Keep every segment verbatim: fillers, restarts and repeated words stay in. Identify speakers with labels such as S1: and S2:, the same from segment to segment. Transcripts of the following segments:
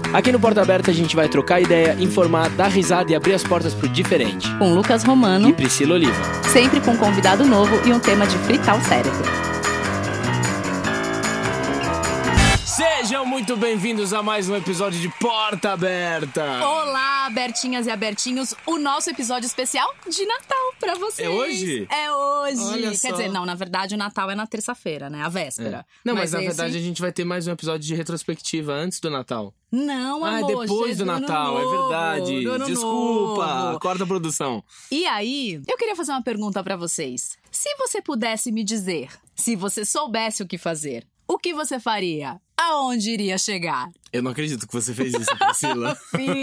S1: Aqui no Porta Aberta a gente vai trocar ideia, informar, dar risada e abrir as portas pro diferente.
S2: Com Lucas Romano
S1: e Priscila Oliva.
S2: Sempre com um convidado novo e um tema de fritar o cérebro.
S1: Sejam muito bem-vindos a mais um episódio de Porta Aberta.
S2: Olá, abertinhas e abertinhos. O nosso episódio especial de Natal pra vocês.
S1: É hoje?
S2: É hoje.
S1: Olha
S2: Quer
S1: só.
S2: dizer, não, na verdade o Natal é na terça-feira, né? A véspera.
S1: É. Não, mas,
S2: mas
S1: na
S2: esse...
S1: verdade a gente vai ter mais um episódio de retrospectiva antes do Natal.
S2: Não,
S1: Ah,
S2: amor.
S1: depois do Natal, é verdade.
S2: Do ano
S1: Desculpa,
S2: novo.
S1: corta a produção.
S2: E aí, eu queria fazer uma pergunta pra vocês. Se você pudesse me dizer, se você soubesse o que fazer, o que você faria? Aonde iria chegar?
S1: Eu não acredito que você fez isso, Priscila.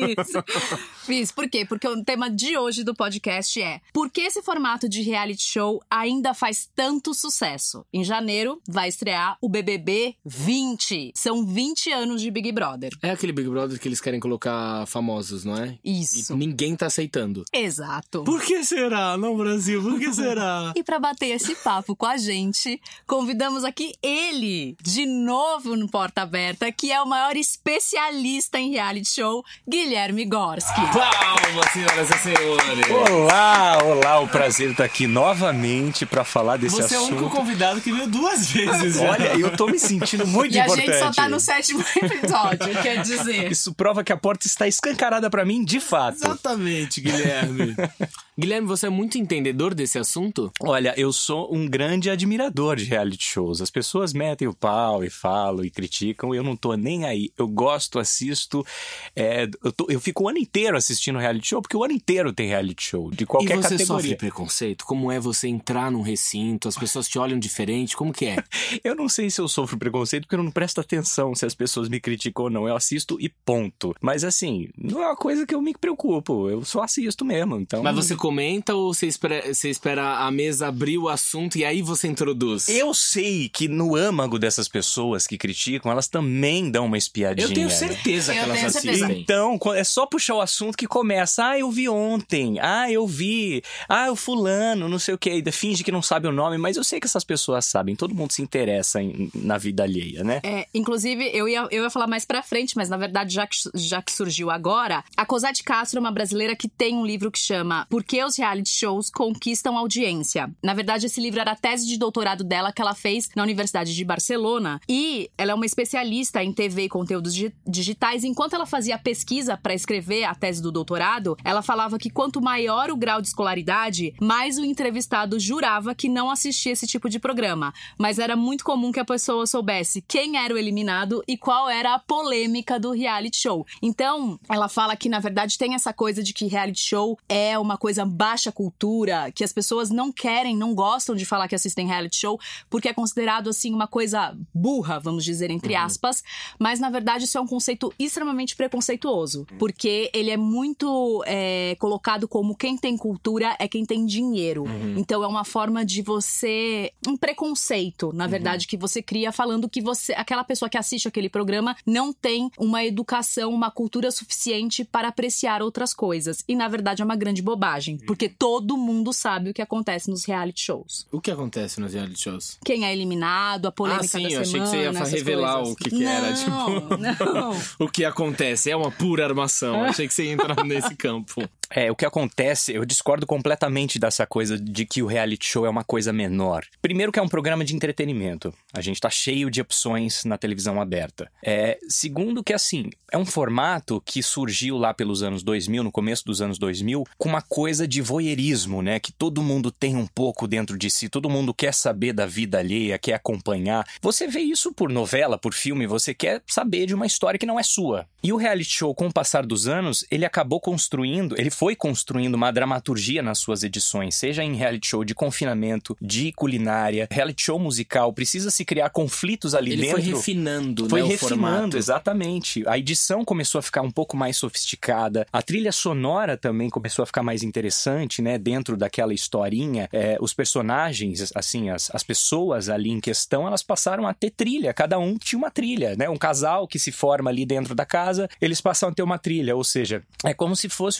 S2: Fiz. Fiz. Por quê? Porque o tema de hoje do podcast é: por que esse formato de reality show ainda faz tanto sucesso? Em janeiro vai estrear o B B B vinte. São vinte anos de Big Brother.
S1: É aquele Big Brother que eles querem colocar famosos, não é?
S2: Isso.
S1: E ninguém tá aceitando.
S2: Exato.
S1: Por que será? Não, Brasil, por que será?
S2: E pra bater esse papo com a gente, convidamos aqui ele, de novo no Porta Aberta, que é o maior especialista em reality show, Guilherme Gorski.
S1: Palmas, senhoras e senhores!
S3: Olá, olá, o prazer estar aqui novamente pra falar desse
S1: Você
S3: assunto.
S1: é o único convidado que veio duas vezes. Já.
S3: Olha, eu tô me sentindo muito
S2: e
S3: importante.
S2: E a gente só tá no sétimo episódio, quer dizer.
S3: Isso prova que a porta está escancarada pra mim, de fato.
S1: Exatamente, Guilherme. Guilherme, você é muito entendedor desse assunto?
S3: Olha, eu sou um grande admirador de reality shows. As pessoas metem o pau e falam e criticam, eu não tô nem aí. Eu gosto, assisto, é, eu, tô, eu fico o ano inteiro assistindo reality show, porque o ano inteiro tem reality show, de qualquer
S1: categoria. E você
S3: categoria.
S1: sofre preconceito? Como é você entrar num recinto, as pessoas te olham diferente, como que é?
S3: Eu não sei se eu sofro preconceito, porque eu não presto atenção se as pessoas me criticam ou não. Eu assisto e ponto. Mas assim, não é uma coisa que eu me preocupo, eu só assisto mesmo, então...
S1: Mas você comenta ou você espera, você espera a mesa abrir o assunto e aí você introduz?
S3: Eu sei que no âmago dessas pessoas que criticam, elas também dão uma espiadinha.
S1: Eu tenho certeza
S2: né?
S1: que
S2: eu
S1: elas
S2: tenho certeza.
S1: assistem.
S3: Então, é só puxar o assunto que começa. Ah, eu vi ontem. Ah, eu vi. Ah, o fulano, não sei o que. Ainda finge que não sabe o nome, mas eu sei que essas pessoas sabem. Todo mundo se interessa em, na vida alheia, né?
S2: É, inclusive, eu ia, eu ia falar mais pra frente, mas na verdade, já que, já que surgiu agora, a Cosette Castro é uma brasileira que tem um livro que chama Por que os reality shows conquistam audiência? Na verdade, esse livro era a tese de doutorado dela que ela fez na Universidade de Barcelona. E ela é uma especialista em T V e conteúdos digitais. Enquanto ela fazia a pesquisa para escrever a tese do doutorado, ela falava que quanto maior o grau de escolaridade, mais o entrevistado jurava que não assistia esse tipo de programa. Mas era muito comum que a pessoa soubesse quem era o eliminado e qual era a polêmica do reality show. Então, ela fala que, na verdade, tem essa coisa de que reality show é uma coisa baixa cultura, que as pessoas não querem, não gostam de falar que assistem reality show, porque é considerado, assim, uma coisa burra, vamos dizer, entre
S1: Uhum.
S2: aspas. Mas, na verdade, isso é um conceito extremamente preconceituoso, porque ele é muito é, colocado como quem tem cultura é quem tem dinheiro.
S1: Uhum.
S2: Então, é uma forma de você... um preconceito, na verdade, uhum. que você cria falando que você, aquela pessoa que assiste aquele programa não tem uma educação, uma cultura suficiente para apreciar outras coisas. E, na verdade, é uma grande bobagem, porque todo mundo sabe o que acontece nos reality shows.
S1: O que acontece nos reality shows?
S2: Quem é eliminado, a polêmica
S1: ah, sim,
S2: da
S1: eu
S2: semana,
S1: achei que você ia revelar
S2: coisas.
S1: o que, que
S2: não,
S1: era, tipo...
S2: Não,
S1: o que acontece, é uma pura armação. Achei que você ia entrar nesse campo.
S3: É, o que acontece, eu discordo completamente dessa coisa de que o reality show é uma coisa menor. Primeiro que é um programa de entretenimento. A gente tá cheio de opções na televisão aberta. É, segundo que, assim, é um formato que surgiu lá pelos anos dois mil, no começo dos anos dois mil, com uma coisa de voyeurismo, né? Que todo mundo tem um pouco dentro de si, todo mundo quer saber da vida alheia, quer acompanhar. Você vê isso por novela, por filme, você quer saber de uma história que não é sua. E o reality show, com o passar dos anos, ele acabou construindo, ele foi construindo uma dramaturgia nas suas edições, seja em reality show de confinamento, de culinária, reality show musical, precisa se criar conflitos ali
S1: ele
S3: dentro.
S1: Ele foi refinando,
S3: foi
S1: né,
S3: refinando,
S1: o formato.
S3: Exatamente. A edição começou a ficar um pouco mais sofisticada, a trilha sonora também começou a ficar mais interessante, né, dentro daquela historinha. É, os personagens, assim, as, as pessoas ali em questão, elas passaram a ter trilha, cada um tinha uma trilha, né, um casal que se forma ali dentro da casa, eles passam a ter uma trilha, ou seja, é como se fosse uma novela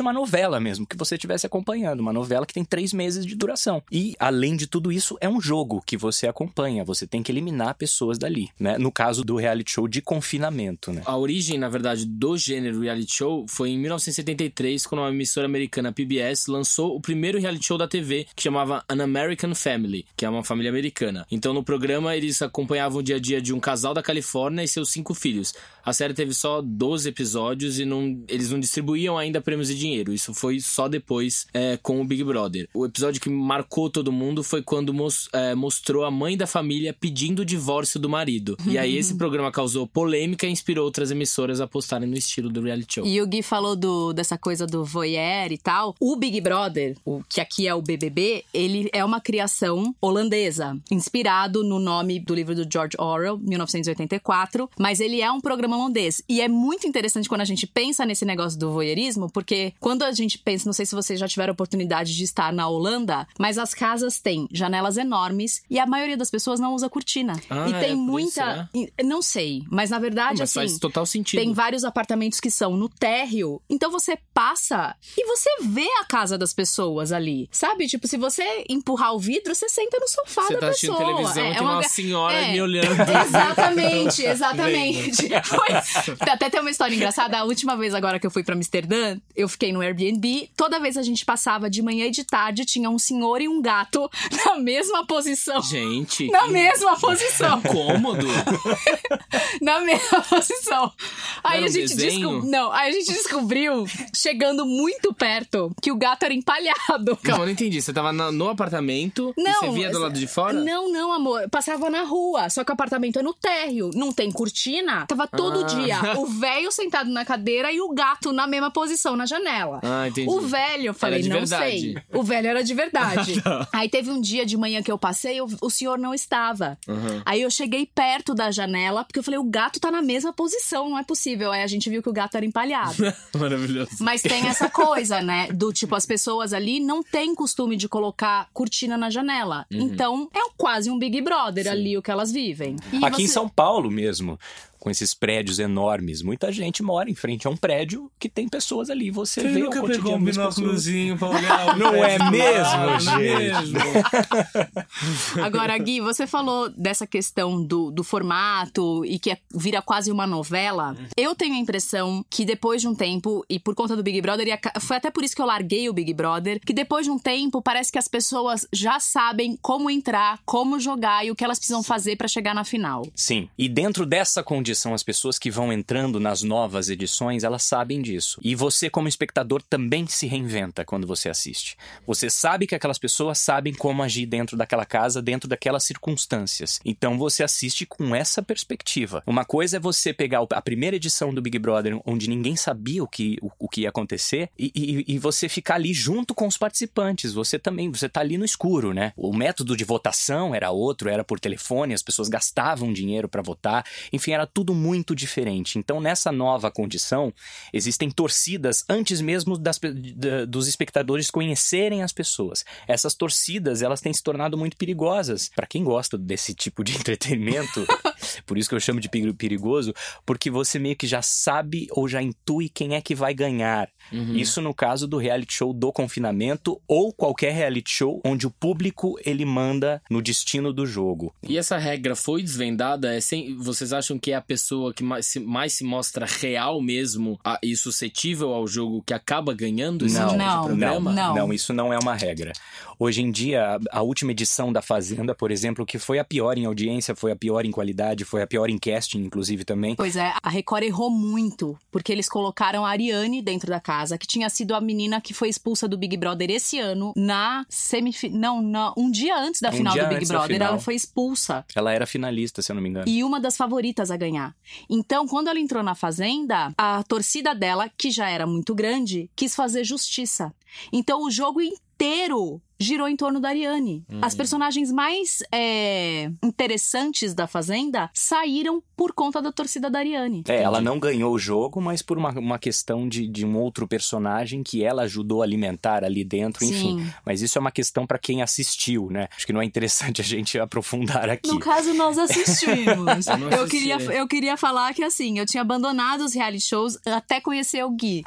S3: novela mesmo, que você estivesse acompanhando. Uma novela que tem três meses de duração. E, além de tudo isso, é um jogo que você acompanha. Você tem que eliminar pessoas dali, né? No caso do reality show de confinamento, né?
S1: A origem, na verdade, do gênero reality show foi em mil novecentos e setenta e três, quando uma emissora americana, P B S, lançou o primeiro reality show da T V, que chamava An American Family, que é uma família americana. Então, no programa, eles acompanhavam o dia a dia de um casal da Califórnia e seus cinco filhos. A série teve só doze episódios e não, eles não distribuíam ainda prêmios e dinheiro. Isso foi só depois é, com o Big Brother. O episódio que marcou todo mundo foi quando mos, é, mostrou a mãe da família pedindo o divórcio do marido. E aí esse programa causou polêmica e inspirou outras emissoras a apostarem no estilo do reality show.
S2: E o Gui falou do, dessa coisa do voyeur e tal. O Big Brother, o que aqui é o B B B, ele é uma criação holandesa, inspirado no nome do livro do George Orwell, mil novecentos e oitenta e quatro, mas ele é um programa holandês. E é muito interessante quando a gente pensa nesse negócio do voyeurismo, porque quando a gente pensa, não sei se vocês já tiveram a oportunidade de estar na Holanda, mas as casas têm janelas enormes e a maioria das pessoas não usa cortina.
S1: Ah,
S2: e tem
S1: é por
S2: muita...
S1: isso,
S2: é? Não sei, mas na verdade,
S1: mas
S2: assim...
S1: faz total sentido.
S2: Tem vários apartamentos que são no térreo, então você passa e você vê a casa das pessoas ali, sabe? Tipo, se você empurrar o vidro, você senta no sofá
S1: você
S2: da
S1: tá
S2: pessoa.
S1: Você tá assistindo televisão
S2: é,
S1: e
S2: é
S1: tem
S2: uma,
S1: uma senhora
S2: é,
S1: me olhando.
S2: Exatamente, exatamente. Foi, até tem uma história engraçada. A última vez agora que eu fui pra Amsterdã, eu fiquei no Airbnb. Toda vez a gente passava de manhã e de tarde, tinha um senhor e um gato na mesma posição.
S1: Gente.
S2: Na mesma posição.
S1: Cômodo.
S2: Na mesma posição. Aí
S1: Era
S2: a
S1: um
S2: gente
S1: desenho?
S2: descobriu. Não, aí a gente descobriu, chegando muito perto, que o gato era empalhado.
S1: Calma, eu não entendi. Você tava na- no apartamento
S2: Não,
S1: e você via do lado de fora?
S2: Não, não, amor. Eu passava na rua, só que o apartamento é no térreo. Não tem cortina. Tava todo
S1: Ah.
S2: dia o velho sentado na cadeira e o gato na mesma posição na janela.
S1: Ah, entendi.
S2: O velho, eu falei,
S1: de
S2: não
S1: verdade.
S2: sei. O velho era de verdade.
S1: Tá.
S2: Aí teve um dia de manhã que eu passei, o, o senhor não estava.
S1: Uhum.
S2: Aí eu cheguei perto da janela, porque eu falei, o gato tá na mesma posição, não é possível. Aí a gente viu que o gato era empalhado.
S1: Maravilhoso.
S2: Mas tem essa coisa, né? Do tipo, as pessoas ali não têm costume de colocar cortina na janela.
S1: Uhum.
S2: Então, é quase um Big Brother
S1: Sim.
S2: ali o que elas vivem. E
S3: Aqui em
S2: você-
S3: São Paulo mesmo, com esses prédios enormes, muita gente mora em frente a um prédio que tem pessoas ali. Você, vê o cotidiano das pessoas.
S1: pra olhar o
S3: Não é
S1: prédio do
S3: mesmo,
S1: lado,
S3: gente?
S1: mesmo?
S2: Agora, Gui, você falou dessa questão do, do formato e que é- vira quase uma novela. Eu tenho a impressão que depois de um tempo, e por conta do Big Brother, e a- foi até por isso que eu larguei o Big Brother, que depois de um tempo parece que as pessoas já sabem como entrar, como jogar e o que elas precisam fazer pra chegar na final.
S3: Sim, e dentro dessa condição, as pessoas que vão entrando nas novas edições, elas sabem disso. E você, como espectador, também se reinventa quando você assiste. Você sabe que aquelas pessoas sabem como agir dentro daquela casa, dentro daquelas circunstâncias. Então você assiste com essa perspectiva. Uma coisa é você pegar a primeira edição do Big Brother, onde ninguém sabia o que, o, o que ia acontecer, e, e, e você ficar ali junto com os participantes. Você também, você tá ali no escuro, né? O método de votação era outro, era por telefone, as pessoas gastavam dinheiro para votar. Enfim, era tudo muito diferente. Então, nessa nova condição, existem torcidas antes mesmo das, da, dos espectadores conhecerem as pessoas. Essas torcidas, elas têm se tornado muito perigosas. Para quem gosta desse tipo de entretenimento, por isso que eu chamo de perigoso, porque você meio que já sabe ou já intui quem é que vai ganhar. Uhum. Isso no caso do reality show do confinamento ou qualquer reality show onde o público, ele manda no destino do jogo.
S1: E essa regra foi desvendada? É sem, vocês acham que é a pessoa que mais se, mais se mostra real mesmo a, e suscetível ao jogo que acaba ganhando esse
S3: não,
S1: tipo
S2: não,
S1: de programa?
S2: Não.
S3: Não, isso não é uma regra. Hoje em dia, a, a última edição da Fazenda, por exemplo, que foi a pior em audiência, foi a pior em qualidade, foi a pior em casting, inclusive, também.
S2: Pois é, a Record errou muito, porque eles colocaram a Ariane dentro da casa, que tinha sido a menina que foi expulsa do Big Brother esse ano, na semifinal... Não, na, um dia antes da
S3: Um
S2: final
S3: dia
S2: do Big
S3: antes da
S2: Brother,
S3: final.
S2: ela foi expulsa.
S3: Ela era finalista, se eu não me engano.
S2: E uma das favoritas a ganhar. Então, quando ela entrou na Fazenda, a torcida dela, que já era muito grande, quis fazer justiça. Então, o jogo inteiro girou em torno da Ariane. Hum. As personagens mais é, interessantes da Fazenda saíram por conta da torcida da Ariane.
S3: É, ela não ganhou o jogo, mas por uma, uma questão de, de um outro personagem que ela ajudou a alimentar ali dentro, enfim. Sim. Mas isso é uma questão pra quem assistiu, né? Acho que não é interessante a gente aprofundar aqui.
S2: No caso, nós assistimos. eu, eu, queria, eu queria falar que, assim, eu tinha abandonado os reality shows até conhecer o Gui.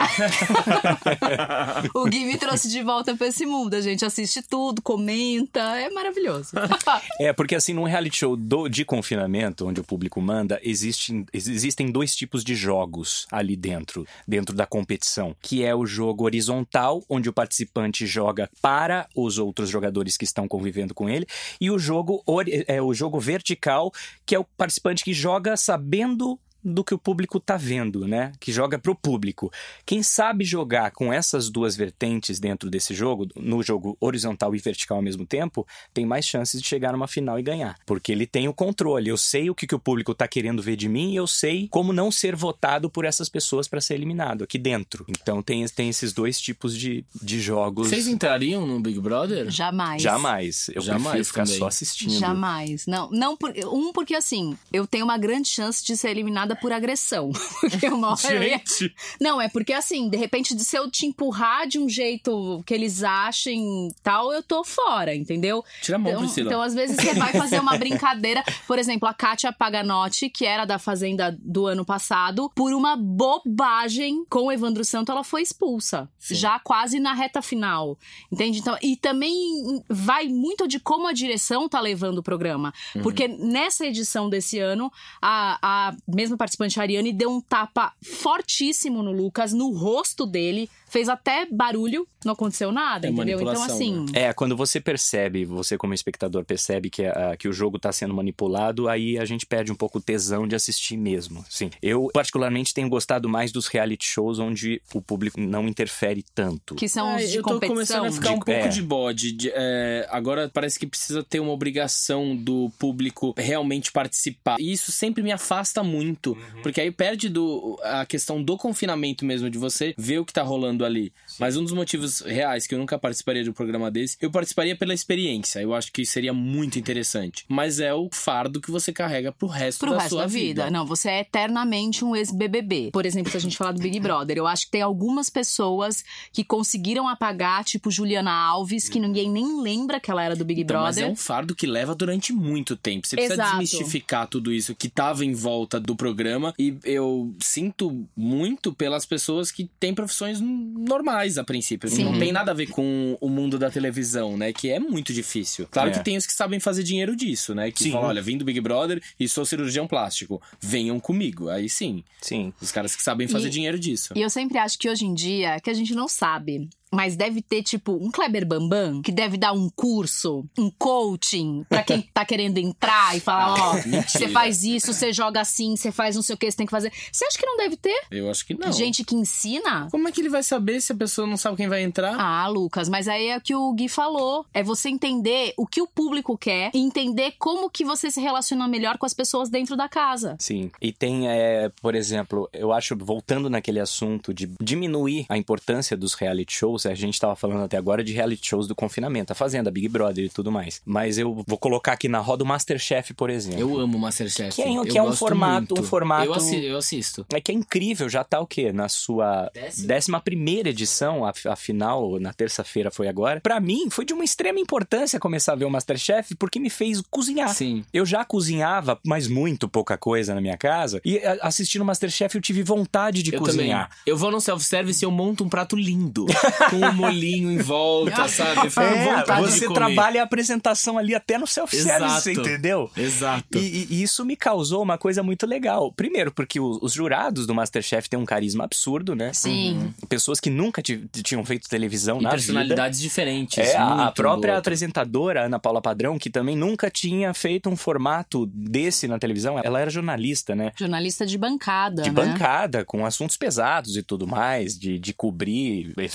S2: O Gui me trouxe de volta pra esse mundo. A gente assiste tudo, comenta, é maravilhoso.
S3: É, porque assim, num reality show do, de confinamento, onde o público manda, existem, existem dois tipos de jogos ali dentro, dentro da competição, que é o jogo horizontal, onde o participante joga para os outros jogadores que estão convivendo com ele, e o jogo, é, o jogo vertical, que é o participante que joga sabendo do que o público tá vendo, né? Que joga pro público. Quem sabe jogar com essas duas vertentes dentro desse jogo, no jogo horizontal e vertical ao mesmo tempo, tem mais chances de chegar numa final e ganhar. Porque ele tem o controle. Eu sei o que, que o público tá querendo ver de mim e eu sei como não ser votado por essas pessoas para ser eliminado aqui dentro. Então tem, tem esses dois tipos de, de jogos.
S1: Vocês entrariam no Big Brother?
S2: Jamais.
S3: Jamais. Eu
S1: Jamais
S3: prefiro ficar
S1: também.
S3: só assistindo.
S2: Jamais. Não, não por, um, porque assim, eu tenho uma grande chance de ser eliminada por agressão. Porque uma hora eu ia... Não, é porque assim, de repente, se eu te empurrar de um jeito que eles achem tal, eu tô fora, entendeu?
S1: Tira a mão,
S2: então,
S1: Priscila.
S2: Então, às vezes, você vai fazer uma brincadeira. Por exemplo, a Kátia Paganotti, que era da Fazenda do ano passado, por uma bobagem com o Evandro Santo, ela foi expulsa. Sim. Já quase na reta final. Entende? Então, e também vai muito de como a direção tá levando o programa. Uhum. Porque nessa edição desse ano, a, a mesma participante, a Ariane, deu um tapa fortíssimo no Lucas, no rosto dele, fez até barulho, não aconteceu nada, é entendeu? Então, assim...
S3: Né? É, quando você percebe, você como espectador percebe que, a, que o jogo tá sendo manipulado, aí a gente perde um pouco o tesão de assistir mesmo, sim. Eu, particularmente, tenho gostado mais dos reality shows onde o público não interfere tanto.
S2: Que são os
S1: é,
S2: de
S1: eu tô
S2: competição.
S1: começando a ficar
S3: de,
S1: um pouco
S3: é.
S1: de bode. De, é, agora parece que precisa ter uma obrigação do público realmente participar. E isso sempre me afasta muito, uhum. Porque aí perde do, a questão do confinamento mesmo, de você ver o que tá rolando ali. Sim. Mas um dos motivos reais que eu nunca participaria de um programa desse, eu participaria pela experiência. Eu acho que seria muito interessante. Mas é o fardo que você carrega pro resto
S2: pro
S1: da
S2: resto
S1: sua
S2: da vida. vida. Não, você é eternamente um ex-B B B. Por exemplo, se a gente falar do Big Brother, eu acho que tem algumas pessoas que conseguiram apagar, tipo Juliana Alves, que ninguém nem lembra que ela era do Big
S1: então,
S2: Brother.
S1: Mas é um fardo que leva durante muito tempo. Você precisa
S2: Exato.
S1: desmistificar tudo isso que tava em volta do programa. E eu sinto muito pelas pessoas que têm profissões normais, a princípio. Sim. Não tem nada a ver com o mundo da televisão, né? Que é muito difícil. Claro é. que tem os que sabem fazer dinheiro disso, né? Que sim. falam, olha, vim do Big Brother e sou cirurgião plástico. Venham comigo. Aí sim.
S3: Sim.
S1: Os caras que sabem fazer
S2: e,
S1: dinheiro disso.
S2: E eu sempre acho que hoje em dia, que a gente não sabe... Mas deve ter, tipo, um Kleber Bambam que deve dar um curso, um coaching pra quem tá querendo entrar e falar, ó, oh, você faz isso, você joga assim, você faz não sei o que, você tem que fazer. Você acha que não deve ter?
S1: Eu acho que não.
S2: Gente que ensina?
S1: Como é que ele vai saber se a pessoa não sabe quem vai entrar?
S2: Ah, Lucas, mas aí é o que o Gui falou. É você entender o que o público quer e entender como que você se relaciona melhor com as pessoas dentro da casa.
S3: Sim. E tem, é, por exemplo, eu acho, voltando naquele assunto de diminuir a importância dos reality shows, a gente tava falando até agora de reality shows do confinamento, a Fazenda, Big Brother e tudo mais. Mas eu vou colocar aqui na roda o Masterchef, por exemplo.
S1: Eu amo o Masterchef.
S3: Que é, que é um formato, um formato...
S1: Eu assisto, eu assisto.
S3: É que é incrível, já tá o quê? Na sua décima, décima primeira edição, a, a final, na terça-feira foi agora. Pra mim, foi de uma extrema importância começar a ver o Masterchef, porque me fez cozinhar.
S1: Sim.
S3: Eu já cozinhava, mas muito pouca coisa na minha casa, e a, assistindo o Masterchef eu tive vontade de
S1: eu
S3: cozinhar.
S1: Também. Eu vou no self-service e eu monto um prato lindo, com um molhinho em volta, sabe? Eu
S3: é,
S1: vontade
S3: você
S1: de comer.
S3: Trabalha a apresentação ali até no self-service, entendeu?
S1: Exato.
S3: E, e isso me causou uma coisa muito legal. Primeiro, porque os, os jurados do Masterchef têm um carisma absurdo, né?
S2: Sim.
S3: Uhum. Pessoas que nunca tinham feito televisão
S1: e
S3: na
S1: personalidades
S3: vida.
S1: diferentes.
S3: É, a própria apresentadora, Ana Paula Padrão, que também nunca tinha feito um formato desse na televisão. Ela era jornalista, né?
S2: Jornalista de bancada,
S3: De
S2: né?
S3: bancada, com assuntos pesados e tudo mais, de, de cobrir eventos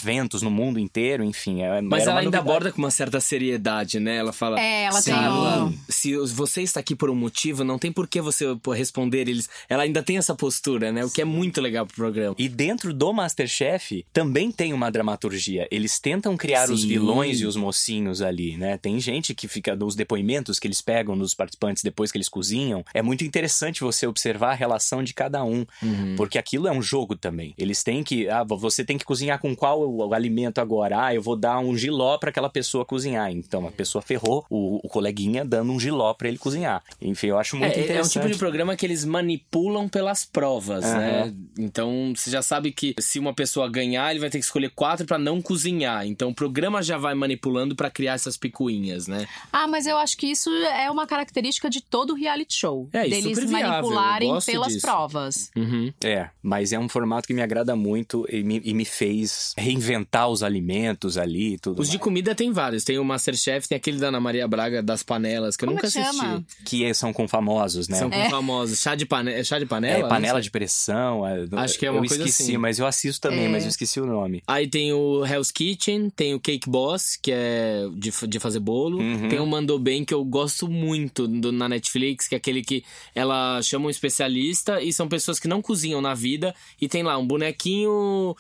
S3: no mundo inteiro, enfim. É,
S1: Mas ela ainda
S3: novidade.
S1: aborda com uma certa seriedade, né? Ela fala...
S2: É, ela
S1: se,
S2: tem...
S1: se você está aqui por um motivo, não tem por que você responder eles. Ela ainda tem essa postura, né? O que é muito legal pro programa.
S3: E dentro do MasterChef também tem uma dramaturgia. Eles tentam criar Sim. os vilões e os mocinhos ali, né? Tem gente que fica... Os depoimentos que eles pegam dos participantes depois que eles cozinham. É muito interessante você observar a relação de cada um. Uhum. Porque aquilo é um jogo também. Eles têm que... Ah, você tem que cozinhar com qual o alimento agora? Ah, eu vou dar um jiló pra aquela pessoa cozinhar. Então a pessoa ferrou o, o coleguinha dando um jiló pra ele cozinhar. Enfim, eu acho muito
S1: é,
S3: interessante.
S1: É um tipo de programa que eles manipulam pelas provas, uhum. né? Então você já sabe que se uma pessoa ganhar, ele vai ter que escolher quatro pra não cozinhar. Então o programa já vai manipulando pra criar essas picuinhas, né?
S2: Ah, mas eu acho que isso é uma característica de todo reality show.
S1: É,
S2: deles
S1: super viável.
S2: manipularem pelas
S1: disso.
S2: provas.
S1: Uhum.
S3: É, mas é um formato que me agrada muito e me, e me fez reinventar os alimentos ali e tudo
S1: Os
S3: mais.
S1: de comida tem vários. Tem o MasterChef, tem aquele da Ana Maria Braga das panelas, que eu
S2: Como
S1: nunca
S2: que
S1: assisti.
S2: chama?
S3: Que são com famosos, né?
S1: São com
S2: É.
S1: famosos. Chá de, pane... chá de panela?
S3: É, panela de pressão. É...
S1: Acho que é uma
S3: eu
S1: coisa
S3: esqueci,
S1: assim.
S3: mas eu assisto também,
S2: É.
S3: mas eu esqueci o nome.
S1: Aí tem o Hell's Kitchen, tem o Cake Boss, que é de, de fazer bolo.
S3: Uhum.
S1: Tem o Mandou Bem, que eu gosto muito do, na Netflix, que é aquele que ela chama um especialista e são pessoas que não cozinham na vida. E tem lá um bonequinho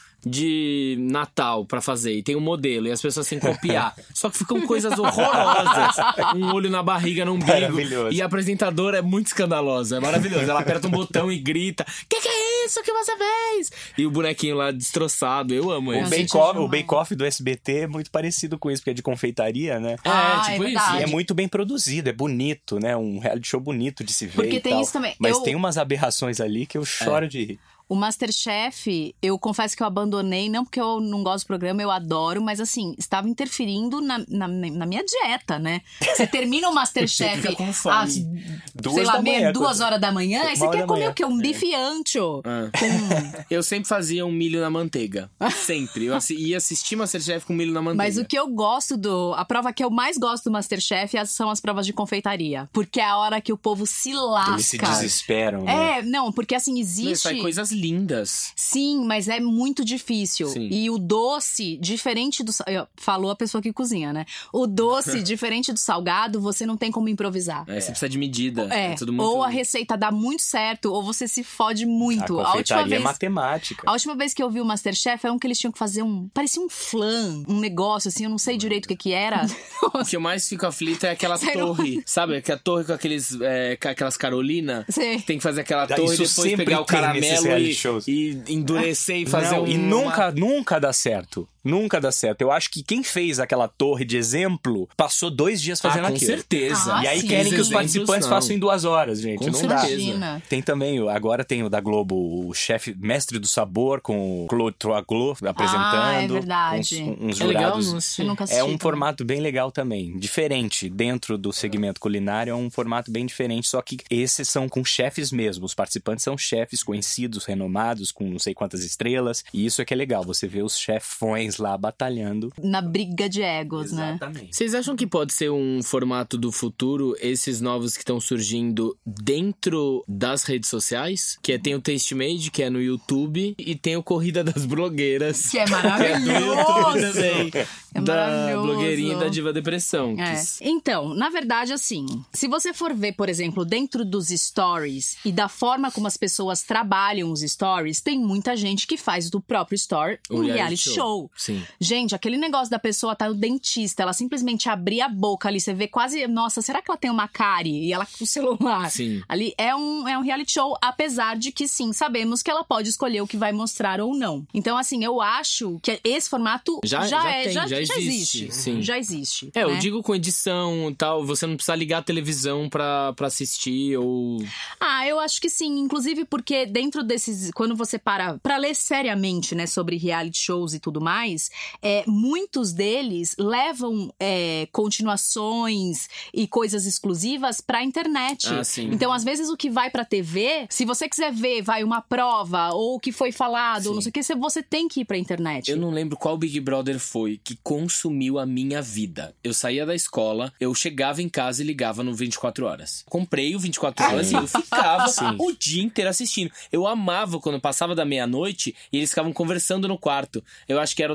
S1: de Natal pra fazer. E tem um modelo, e as pessoas têm que copiar. Só que ficam coisas horrorosas. Um olho na barriga, no umbigo.
S3: Maravilhoso.
S1: E a apresentadora é muito escandalosa. É maravilhoso. Ela aperta um botão e grita: Que que é isso que você fez? E o bonequinho lá destroçado. Eu amo
S3: O
S1: ele.
S2: gente,
S3: Bake Off,
S2: eu
S3: o Bake Off do S B T é muito parecido com isso, porque é de confeitaria, né?
S1: É,
S2: Ah,
S1: tipo
S2: é
S1: isso.
S2: verdade.
S3: E é muito bem produzido, é bonito, né? Um reality show bonito de se ver
S2: Porque
S3: e
S2: tem
S3: tal.
S2: isso também.
S3: Mas
S2: Eu-
S3: tem umas aberrações ali que eu choro de rir.
S2: O MasterChef, eu confesso que eu abandonei, não porque eu não gosto do programa, eu adoro, mas assim, estava interferindo na, na, na minha dieta, né? Você termina o MasterChef
S1: Fica com fome.
S2: às,
S3: Duas
S2: sei lá,
S3: da
S2: meia,
S3: manhã,
S2: duas
S3: quando-
S2: horas da manhã, aí você
S3: Uma hora
S2: quer
S3: da
S2: comer
S3: manhã.
S2: o quê? Um bife ancho.
S1: Ah.
S2: Com...
S1: Eu sempre fazia um milho na manteiga. Sempre. Eu assi- ia assistir MasterChef com milho na manteiga.
S2: Mas o que eu gosto do... A prova que eu mais gosto do MasterChef são as provas de confeitaria. Porque é a hora que o povo se lasca.
S3: Eles se desesperam, né?
S2: É, não, porque assim,
S1: Mas
S2: existe...
S1: sai coisas lindas.
S2: Sim, mas é muito difícil.
S1: Sim.
S2: E o doce, diferente do... sa- Falou a pessoa que cozinha, né? O doce, diferente do salgado, você não tem como improvisar.
S1: É, você precisa de medida.
S2: É,
S1: tudo muito...
S2: ou a receita dá muito certo, ou você se fode muito.
S3: A
S2: A última
S3: confeitaria
S2: vez...
S3: é matemática.
S2: A última vez que eu vi o MasterChef é um que eles tinham que fazer um... Parecia um flan, um negócio assim, eu não sei direito o que que era.
S1: O que eu mais fico aflito é aquela
S2: Sério?
S1: torre. Sabe? Que a torre com aqueles, é, com aquelas Carolina.
S2: Sei.
S1: Tem que fazer aquela
S3: Ah,
S1: torre e
S3: isso
S1: depois
S3: sempre
S1: pegar o
S3: tem nesses
S1: caramelo
S3: reality
S1: e,
S3: shows.
S1: e endurecer e fazer
S3: Não,
S1: um...
S3: E nunca, nunca dá certo. Nunca dá certo. Eu acho que quem fez aquela torre de exemplo passou dois dias fazendo
S1: ah, com
S3: aquilo.
S1: certeza.
S2: Ah,
S3: E aí
S2: sim.
S3: querem que os
S1: Exemplos,
S3: participantes
S1: não.
S3: façam em duas horas, gente.
S1: Com
S3: não
S1: certeza.
S3: dá.
S2: Imagina.
S3: Tem também, o- agora tem o da Globo, o chefe mestre do sabor, com o Claude Troaglot apresentando.
S2: Ah, é verdade.
S3: Uns, uns
S1: É legal,
S3: jurados.
S1: não assisti.
S2: Eu nunca assisti.
S3: É um
S2: também.
S3: formato bem legal também. Diferente dentro do segmento culinário, é um formato bem diferente. Só que esses são com chefes mesmo. Os participantes são chefes conhecidos, renomados, com não sei quantas estrelas. E isso é que é legal. Você vê os chefões lá batalhando.
S2: Na briga de egos, né?
S3: Exatamente.
S1: Vocês acham que pode ser um formato do futuro, esses novos que estão surgindo dentro das redes sociais? Que é, tem o Tastemade, que é no YouTube, e tem o Corrida das Blogueiras.
S2: Que é
S1: Que é do
S2: maravilhoso.
S1: YouTube também.
S2: É
S1: da
S2: maravilhoso.
S1: blogueirinha e da Diva Depressão.
S2: É.
S1: que-
S2: Então, na verdade, assim, se você for ver, por exemplo, dentro dos stories e da forma como as pessoas trabalham os stories, tem muita gente que faz do próprio story
S1: O
S2: um
S1: reality
S2: reality
S1: show.
S2: show.
S1: Sim.
S2: Gente, aquele negócio da pessoa tá no dentista, ela simplesmente abrir a boca ali, você vê quase, nossa, será que ela tem uma cárie? E ela com o celular.
S1: Sim.
S2: Ali é um, é um reality show, apesar de que sim, sabemos que ela pode escolher o que vai mostrar ou não. Então, assim, eu acho que esse formato
S1: Já-
S2: já,
S1: já
S2: é,
S1: tem,
S2: já,
S1: já
S2: já
S1: existe, sim.
S2: Já existe.
S1: É, eu
S2: né?
S1: digo com edição e tal, você não precisa ligar a televisão pra, pra assistir ou...
S2: Ah, eu acho que sim. Inclusive porque dentro desses... Quando você para pra ler seriamente, né, sobre reality shows e tudo mais, é, muitos deles levam é, continuações e coisas exclusivas pra internet.
S1: Ah, sim.
S2: Então, às vezes, o que vai pra T V, se você quiser ver, vai uma prova, ou o que foi falado,
S1: Sim.
S2: ou não sei o que, você- você tem que ir pra internet.
S1: Eu não lembro qual Big Brother foi que consumiu a minha vida. Eu saía da escola, eu chegava em casa e ligava no vinte e quatro horas. Comprei o vinte e quatro horas e eu ficava o dia inteiro assistindo. Eu amava quando passava da meia-noite e eles ficavam conversando no quarto. Eu acho que era o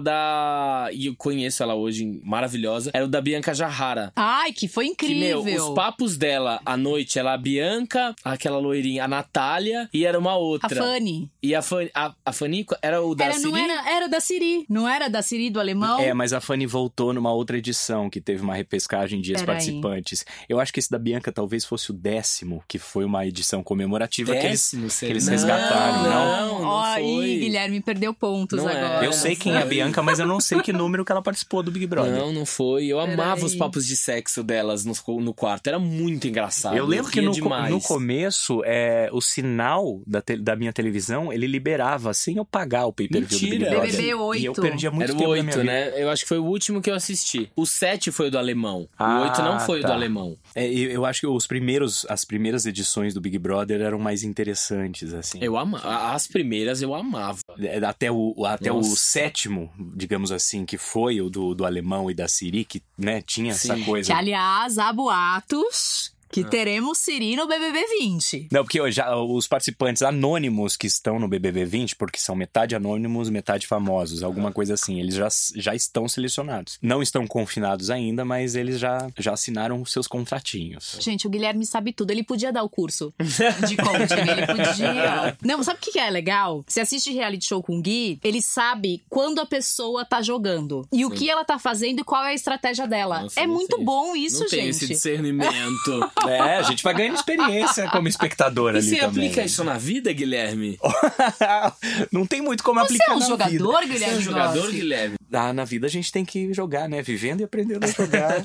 S1: da... E eu conheço ela hoje, maravilhosa. Era o da Bianca Jahara.
S2: Ai, que foi incrível.
S1: Que, meu, os papos dela à noite, ela a Bianca, aquela loirinha, a Natália, e era uma outra.
S2: A Fanny.
S1: E a Fanny, a, a Fanny era o da
S2: era,
S1: Siri?
S2: Não era, era da Siri. Não era da Siri, do alemão?
S3: É, mas a Fanny voltou numa outra edição, que teve uma repescagem de ex-participantes. Eu acho que esse da Bianca talvez fosse o décimo, que foi uma edição comemorativa
S1: décimo,
S3: que eles, que eles
S1: não,
S3: resgataram, não?
S1: Não, não
S2: Ó,
S1: foi.
S2: Ih, Guilherme, perdeu pontos
S1: não
S2: agora.
S1: É,
S3: eu sei quem é a Bianca, mas eu não sei que número que ela participou do Big Brother.
S1: Não, não foi. Eu
S2: Pera
S1: amava
S2: aí.
S1: os papos de sexo delas no, no quarto. Era muito engraçado.
S3: Eu lembro
S1: eu
S3: que no,
S1: demais.
S3: no começo, é, o sinal da, te, da minha televisão, ele liberava sem eu pagar o pay-per-view do Big
S1: Mentira.
S3: Brother.
S2: B B B oito.
S3: E eu perdia muito
S1: Era
S3: tempo
S1: o
S3: da minha
S1: oito,
S3: vida.
S1: né? Eu acho que foi o último que eu assisti. O sete foi o do alemão.
S3: Ah,
S1: o oito não foi
S3: tá.
S1: o do alemão.
S3: É, eu, eu acho que os primeiros, as primeiras edições do Big Brother eram mais interessantes, assim.
S1: Eu amava. As primeiras eu amava.
S3: Até o, até o
S1: Nossa.
S3: sétimo, digamos assim, que foi o do, do alemão e da Siri, que, né, tinha
S1: Sim.
S3: essa coisa.
S2: Que, aliás, há boatos que teremos Siri no B B B vinte.
S3: Não, porque já, os participantes anônimos que estão no B B B vinte, porque são metade anônimos, metade famosos, alguma coisa assim, eles já, já estão selecionados. Não estão confinados ainda, mas eles já, já assinaram seus contratinhos.
S2: Gente, o Guilherme sabe tudo. Ele podia dar o curso de coaching. Ele podia... Não, sabe o que é legal? Você assiste reality show com o Gui, ele sabe quando a pessoa tá jogando. E o que ela tá fazendo e qual é a estratégia dela.
S1: Nossa,
S2: é
S1: não
S2: muito
S1: sei.
S2: bom isso,
S1: não
S2: gente.
S1: Tem esse discernimento.
S3: É, a gente vai ganhando experiência como espectador
S1: E
S3: ali
S1: você
S3: também.
S1: aplica isso na vida, Guilherme?
S3: Não tem muito como
S2: Você
S3: aplicar
S2: é um
S3: na
S2: jogador,
S3: vida.
S1: Você é
S2: Guilherme?
S1: um jogador,
S2: Gossi?
S1: Guilherme?
S3: Ah, na vida a gente tem que jogar, né? Vivendo e aprendendo a jogar.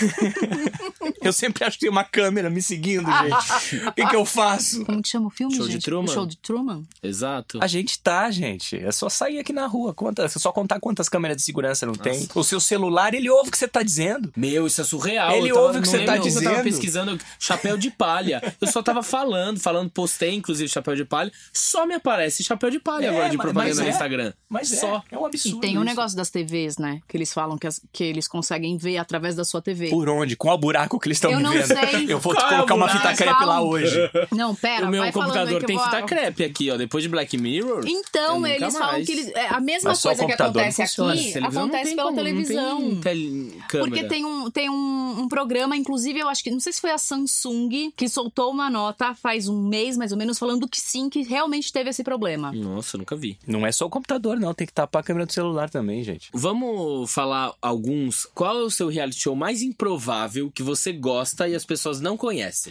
S3: Eu sempre acho que tem uma câmera me seguindo, gente. O que, que eu faço?
S2: Como que chama o filme,
S1: Show de
S2: gente?
S1: Truman?
S2: O Show de Truman?
S1: Exato.
S3: A gente tá, gente. É só sair aqui na rua. Conta, é só contar quantas câmeras de segurança não tem. O seu celular, ele ouve o que você tá dizendo.
S1: Meu, isso é surreal.
S3: Ele
S1: Eu tava-
S3: ouve o que
S1: não
S3: você
S1: lembro
S3: tá
S1: que Eu tava
S3: dizendo.
S1: pesquisando chapéu de palha. Eu só tava falando, falando, postei, inclusive, chapéu de palha. Só me aparece chapéu de palha
S3: É,
S1: agora de
S3: mas-
S1: propaganda
S3: mas
S1: no
S3: é.
S1: Instagram.
S3: Mas é,
S1: Só.
S3: é um absurdo
S2: E tem um
S3: isso.
S2: negócio das T Vs, né? Que eles falam que, as- que eles conseguem ver através da sua T V.
S3: Por onde? Qual buraco que eles estão
S2: Eu
S3: me
S2: não
S3: vendo?
S2: sei.
S3: Eu vou
S1: Qual é o
S3: colocar uma
S1: buraco?
S3: fita crepe lá
S2: Falam-
S3: hoje.
S2: Não, pera,
S1: o meu
S2: vai falando aí
S1: computador
S2: que
S1: tem
S2: eu vou...
S1: fita crepe aqui, ó. Depois de Black Mirror. eu
S2: Então,
S1: nunca
S2: eles falam
S1: mais.
S2: que eles, é, a mesma
S3: Mas só o
S2: coisa que
S3: computador não
S2: acontece
S3: funciona.
S2: aqui
S1: Televisão não
S2: acontece
S1: tem
S2: pela
S1: como,
S2: televisão.
S1: Não tem tele... câmera.
S2: Porque tem, um, tem um, um programa, inclusive eu acho que, não sei se foi a Samsung, que soltou uma nota faz um mês mais ou menos, falando que sim, que realmente teve esse problema.
S1: Nossa, eu nunca vi.
S3: Não é só o computador, não. Tem que tapar a câmera do celular também, gente.
S1: Vamos falar alguns. Qual é o seu reality show mais improvável que você gosta e as pessoas não conhecem?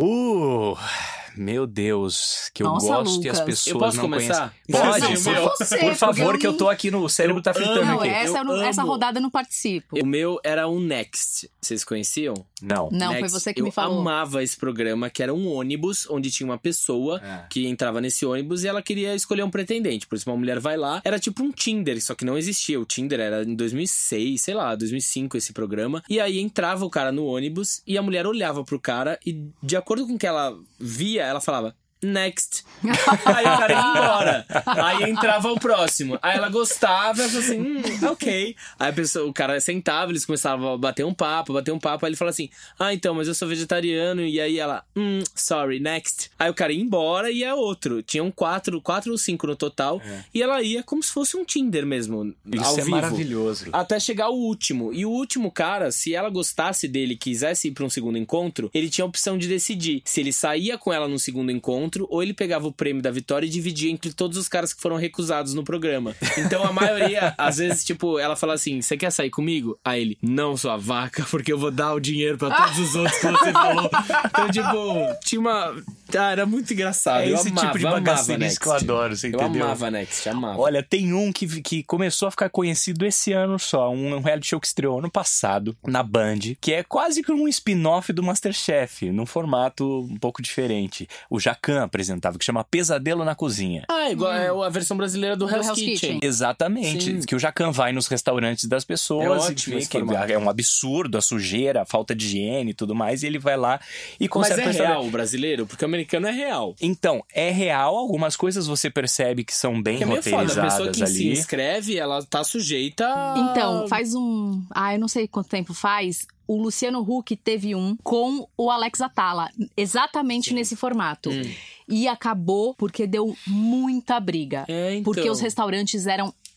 S3: Uh, meu Deus, que eu
S2: Nossa,
S3: gosto e as
S2: Lucas.
S3: pessoas
S1: Eu posso
S3: não
S1: começar?
S3: conhecem. Pode,
S2: Não, só
S3: meu.
S2: você,
S3: Por favor,
S2: porque eu
S3: que eu
S2: nem-
S3: tô aqui no... O cérebro tá fritando
S2: Não,
S3: aqui.
S2: essa, eu não- essa
S1: amo.
S2: rodada eu não participo.
S1: O meu era o Next. Vocês conheciam?
S3: Não.
S2: Não, foi
S1: Next.
S2: você que
S1: eu
S2: me falou.
S1: Eu amava esse programa, que era um ônibus, onde tinha uma pessoa
S3: É.
S1: que entrava nesse ônibus e ela queria escolher um pretendente. Por isso, uma mulher vai lá. Era tipo um Tinder, só que não existia. O Tinder era em dois mil e seis, sei lá, dois mil e cinco esse programa. E aí entrava o cara no ônibus e a mulher olhava pro cara e, de acordo com o que ela via, ela falava... Next. Aí o cara ia embora. Aí entrava o próximo. Aí ela gostava, ela falou assim, hum, ok. Aí a pessoa, o cara sentava, eles começavam a bater um papo, bater um papo. Aí ele falou assim, ah, então, mas eu sou vegetariano. E aí ela, hum, sorry, next. Aí o cara ia embora e ia outro. Tinham quatro, quatro ou cinco no total.
S3: É.
S1: E ela ia como se fosse um Tinder mesmo,
S3: Isso
S1: ao
S3: é
S1: vivo.
S3: maravilhoso.
S1: Até chegar o último. E o último cara, se ela gostasse dele e quisesse ir pra um segundo encontro, ele tinha a opção de decidir se ele saía com ela no segundo encontro ou ele pegava o prêmio da vitória e dividia entre todos os caras que foram recusados no programa. Então a maioria, às vezes, tipo, ela fala assim, você quer sair comigo? Aí ele, não, sua vaca, porque eu vou dar o dinheiro pra todos os outros que você falou. Então, tipo, tinha uma... Ah, era muito engraçado.
S3: É
S1: eu
S3: esse
S1: amava,
S3: tipo de
S1: eu amava
S3: bagaceirice
S1: Next.
S3: que eu adoro, você
S1: Eu
S3: entendeu?
S1: amava Next, amava.
S3: Olha, tem um que, que começou a ficar conhecido esse ano só. Um, um reality show que estreou ano passado, na Band, que é quase que um spin-off do MasterChef, num formato um pouco diferente. O Jacan apresentava, que chama Pesadelo na Cozinha.
S1: Ah, igual é a versão brasileira do,
S2: Do
S1: Hell's
S2: Hell's
S1: Kitchen.
S2: Kitchen.
S3: Exatamente.
S1: Sim.
S3: Que o Jacan vai nos restaurantes das pessoas.
S1: É ótimo
S3: e
S1: esse
S3: que
S1: formato.
S3: é um absurdo, a sujeira, a falta de higiene e tudo mais. E ele vai lá e
S1: Mas
S3: conserta
S1: é
S3: o restaurante.
S1: real o brasileiro? Porque o americano é real.
S3: Então, é real. Algumas coisas você percebe que são bem
S1: Porque é meio foda. A pessoa
S3: roteirizadas
S1: que se
S3: ali.
S1: inscreve, ela tá sujeita a...
S2: Então, faz um... Ah, eu não sei quanto tempo faz... O Luciano Huck teve um com o Alex Atala, exatamente
S1: Sim.
S2: nesse formato.
S1: Hum.
S2: E acabou porque deu muita briga.
S1: É, então.
S2: Porque os restaurantes eram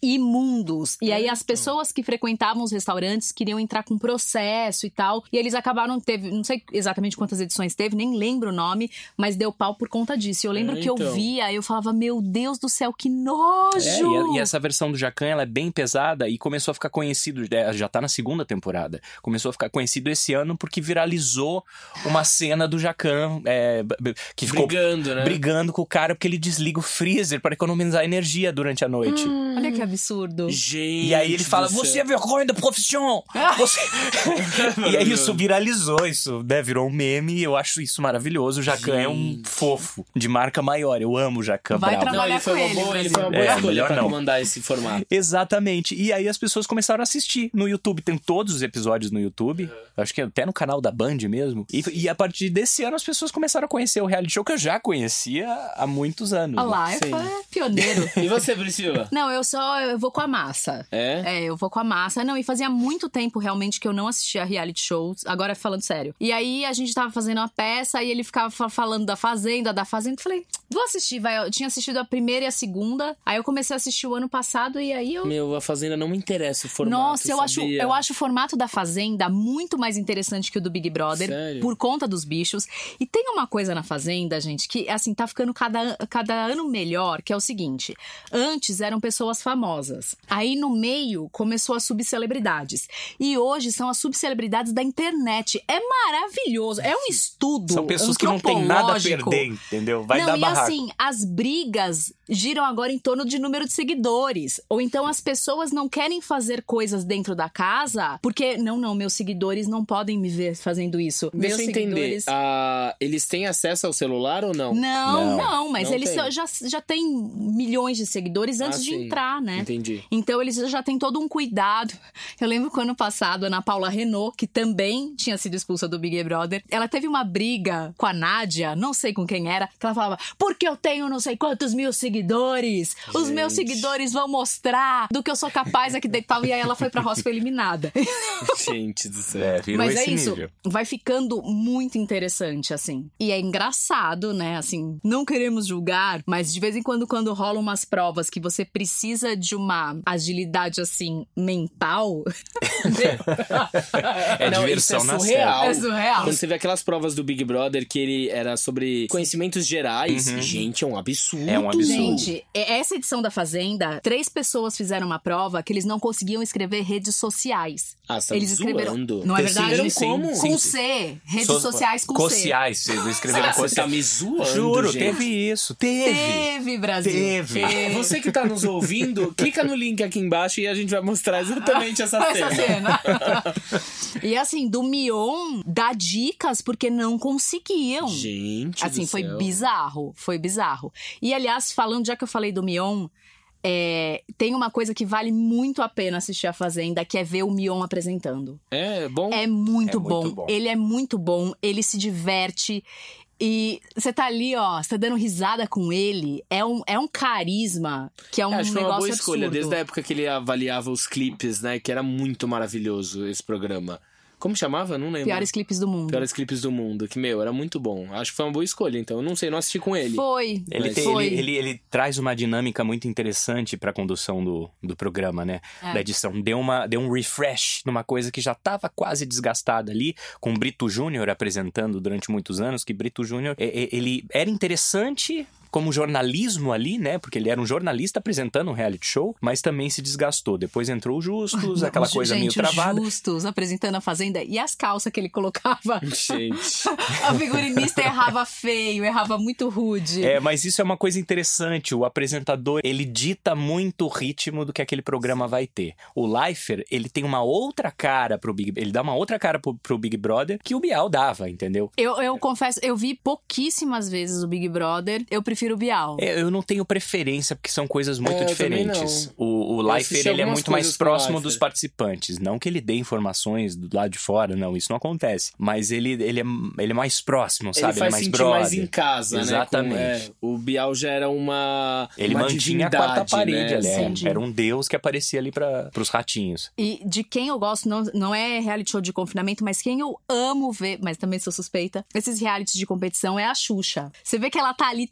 S2: imundos. E aí as pessoas que frequentavam os restaurantes queriam entrar com processo e tal. E eles acabaram, teve, não sei exatamente quantas edições teve, nem lembro o nome, mas deu pau por conta disso. Eu lembro
S1: é,
S2: que
S1: então.
S2: eu via, eu falava, meu Deus do céu, que nojo!
S3: É, e, a, e essa versão do Jacquin, ela é bem pesada e começou a ficar conhecido, já tá na segunda temporada, começou a ficar conhecido esse ano porque viralizou uma cena do Jacquin é, que ficou
S1: brigando, né?
S3: brigando com o cara porque ele desliga o freezer para economizar energia durante a noite.
S2: Hum, olha que absurdo.
S1: Gente,
S3: e aí ele fala, você é vergonha da profissão! Você... e aí isso viralizou, isso né, virou um meme e eu acho isso maravilhoso. O Jacquin é um fofo, de marca maior. Eu amo o Jacquin
S2: Vai
S3: bravo.
S2: trabalhar
S1: Não, ele foi
S2: com
S1: uma
S2: ele,
S1: boa, ele
S2: Brasil.
S1: foi uma boa
S3: É,
S1: escolha
S3: melhor
S1: pra
S3: não.
S1: comandar esse formato.
S3: Exatamente. E aí as pessoas começaram a assistir no YouTube. Tem todos os episódios no YouTube. Uhum. Acho que até no canal da Band mesmo. E, e a partir desse ano as pessoas começaram a conhecer o reality show que eu já conhecia há muitos anos.
S2: Olha lá,
S3: né?
S2: eu fui pioneiro.
S1: E você, Priscila?
S2: Não, eu só eu vou com a massa.
S1: É?
S2: É, eu vou com a massa. Não, e fazia muito tempo realmente que eu não assistia reality shows. Agora falando sério. E aí a gente tava fazendo uma peça e ele ficava falando da Fazenda, da Fazenda. Eu falei, vou assistir, vai. Eu tinha assistido a primeira e a segunda. Aí eu comecei a assistir o ano passado e aí eu...
S1: Meu, a Fazenda não me interessa o formato,
S2: Nossa, eu acho,
S1: sabia?
S2: eu acho o formato da Fazenda muito mais interessante que o do Big Brother.
S1: Sério?
S2: Por conta dos bichos. E tem uma coisa na Fazenda, gente, que assim, tá ficando cada, cada ano melhor, que é o seguinte. Antes eram pessoas famosas. Aí no meio começou as subcelebridades. E hoje são as subcelebridades da internet. É maravilhoso. É um estudo
S3: São pessoas que não têm nada a perder, entendeu? Vai
S2: não,
S3: dar
S2: e
S3: barraco.
S2: assim, as brigas giram agora em torno de número de seguidores. Ou então as pessoas não querem fazer coisas dentro da casa porque, não, não, meus seguidores não podem me ver fazendo isso.
S1: Deixa
S2: meus
S1: eu entender,
S2: seguidores...
S1: ah, eles têm acesso ao celular ou não?
S2: Não, não,
S3: Não,
S2: mas
S1: não
S2: eles
S1: tem.
S2: já, já têm milhões de seguidores antes
S1: Ah,
S2: de
S1: sim.
S2: entrar, né?
S1: Entendi.
S2: Então eles já têm todo um cuidado. Eu lembro que ano passado, a Ana Paula Renault, que também tinha sido expulsa do Big Brother, ela teve uma briga com a Nádia, não sei com quem era, que ela falava, porque eu tenho não sei quantos mil seguidores, os meus
S1: Gente.
S2: seguidores vão mostrar do que eu sou capaz aqui dentro e tal. E aí ela foi pra roça e foi eliminada.
S1: Gente do céu.
S3: É, virou
S2: Mas
S3: esse
S2: é isso,
S3: nível.
S2: vai ficando muito interessante, assim. E é engraçado, né? Assim, não queremos julgar, mas de vez em quando, quando rolam umas provas que você precisa de uma agilidade, assim, mental...
S3: É
S1: Não,
S3: diversão
S1: isso é
S3: na
S1: surreal.
S2: É surreal.
S1: Quando você vê aquelas provas do Big Brother que ele era sobre conhecimentos gerais,
S3: Uhum.
S1: gente, é um absurdo.
S3: É um absurdo.
S2: Gente, essa edição da Fazenda, três pessoas fizeram uma prova que eles não conseguiam escrever redes sociais.
S1: Ah, você tá
S2: Eles
S1: me
S2: escreveram.
S1: zoando.
S2: Não é
S3: Sim,
S2: verdade?
S3: sim,
S1: Como?
S3: sim,
S2: Com
S3: sim.
S2: C. Redes
S3: So-
S2: sociais com C.
S3: Cociais, vocês escreveram
S1: Ah, você
S3: cociais.
S1: tá me zoando,
S3: Juro,
S1: gente.
S3: teve isso. Teve.
S2: Teve, Brasil.
S3: Teve.
S1: É, você que tá nos ouvindo, clica no link aqui embaixo e a gente vai mostrar exatamente essa cena.
S2: Essa cena. E assim, do Mion dá dicas porque não conseguiam.
S1: Gente
S2: Assim,
S1: do
S2: foi
S1: céu.
S2: bizarro. Foi bizarro. E aliás, falando, já que eu falei do Mion, é, tem uma coisa que vale muito a pena assistir a Fazenda, que é ver o Mion apresentando.
S1: É bom?
S2: É muito,
S3: É muito
S2: bom.
S3: bom.
S2: Ele é muito bom, ele se diverte. E você tá ali, ó, você tá dando risada com ele. É um, é um carisma que é um
S1: É, acho que foi
S2: negócio
S1: uma boa escolha,
S2: absurdo.
S1: desde a época que ele avaliava os clipes, né? Que era muito maravilhoso esse programa. Como chamava? Não lembro.
S2: Piores clipes do mundo.
S1: Piores clipes do mundo. Que, meu, era muito bom. Acho que foi uma boa escolha, então. Eu não sei, não assisti com ele.
S2: Foi.
S3: Ele,
S1: Mas
S3: tem-
S2: foi.
S3: ele, ele, ele traz uma dinâmica muito interessante pra condução do, do programa, né?
S2: É.
S3: Da edição. Deu, uma, deu um refresh numa coisa que já estava quase desgastada ali, com o Brito Júnior apresentando durante muitos anos, que Brito Júnior, é- é- ele era interessante como jornalismo ali, né? Porque ele era um jornalista apresentando um reality show, mas também se desgastou. Depois entrou o Justus, aquela
S2: Os-
S3: coisa
S2: gente,
S3: meio travada.
S2: Os Justus apresentando a Fazenda e as calças que ele colocava.
S1: Gente.
S2: A figurinista errava feio, errava muito rude.
S3: É, mas isso é uma coisa interessante. O apresentador, ele dita muito o ritmo do que aquele programa vai ter. O Leifert, ele tem uma outra cara pro Big... Ele dá uma outra cara pro, pro Big Brother que o Bial dava, entendeu?
S2: Eu, eu confesso, eu vi pouquíssimas vezes o Big Brother. Eu prefiro o Bial.
S3: É, eu não tenho preferência, porque são coisas muito
S1: É, eu também
S3: diferentes.
S1: não.
S3: O, o
S1: Eu
S3: Leifert,
S1: assisti
S3: ele é
S1: algumas
S3: muito mais
S1: coisas com o
S3: próximo
S1: Leifert.
S3: dos participantes. Não que ele dê informações do lado de fora, não, isso não acontece. Mas ele, ele, é, ele é mais próximo, sabe?
S1: Ele faz
S3: é mais
S1: sentir
S3: brother.
S1: mais em casa,
S3: Exatamente.
S1: né? Com, é, o Bial já era uma
S3: Ele
S1: uma
S3: mantinha a
S1: divindade,
S3: quarta parede,
S1: né?
S3: ali, é.
S2: Sim.
S3: Era um deus que aparecia ali para pros ratinhos.
S2: E de quem eu gosto, não, não é reality show de confinamento, mas quem eu amo ver, mas também sou suspeita, esses realities de competição é a Xuxa. Você vê que ela tá ali torcendo,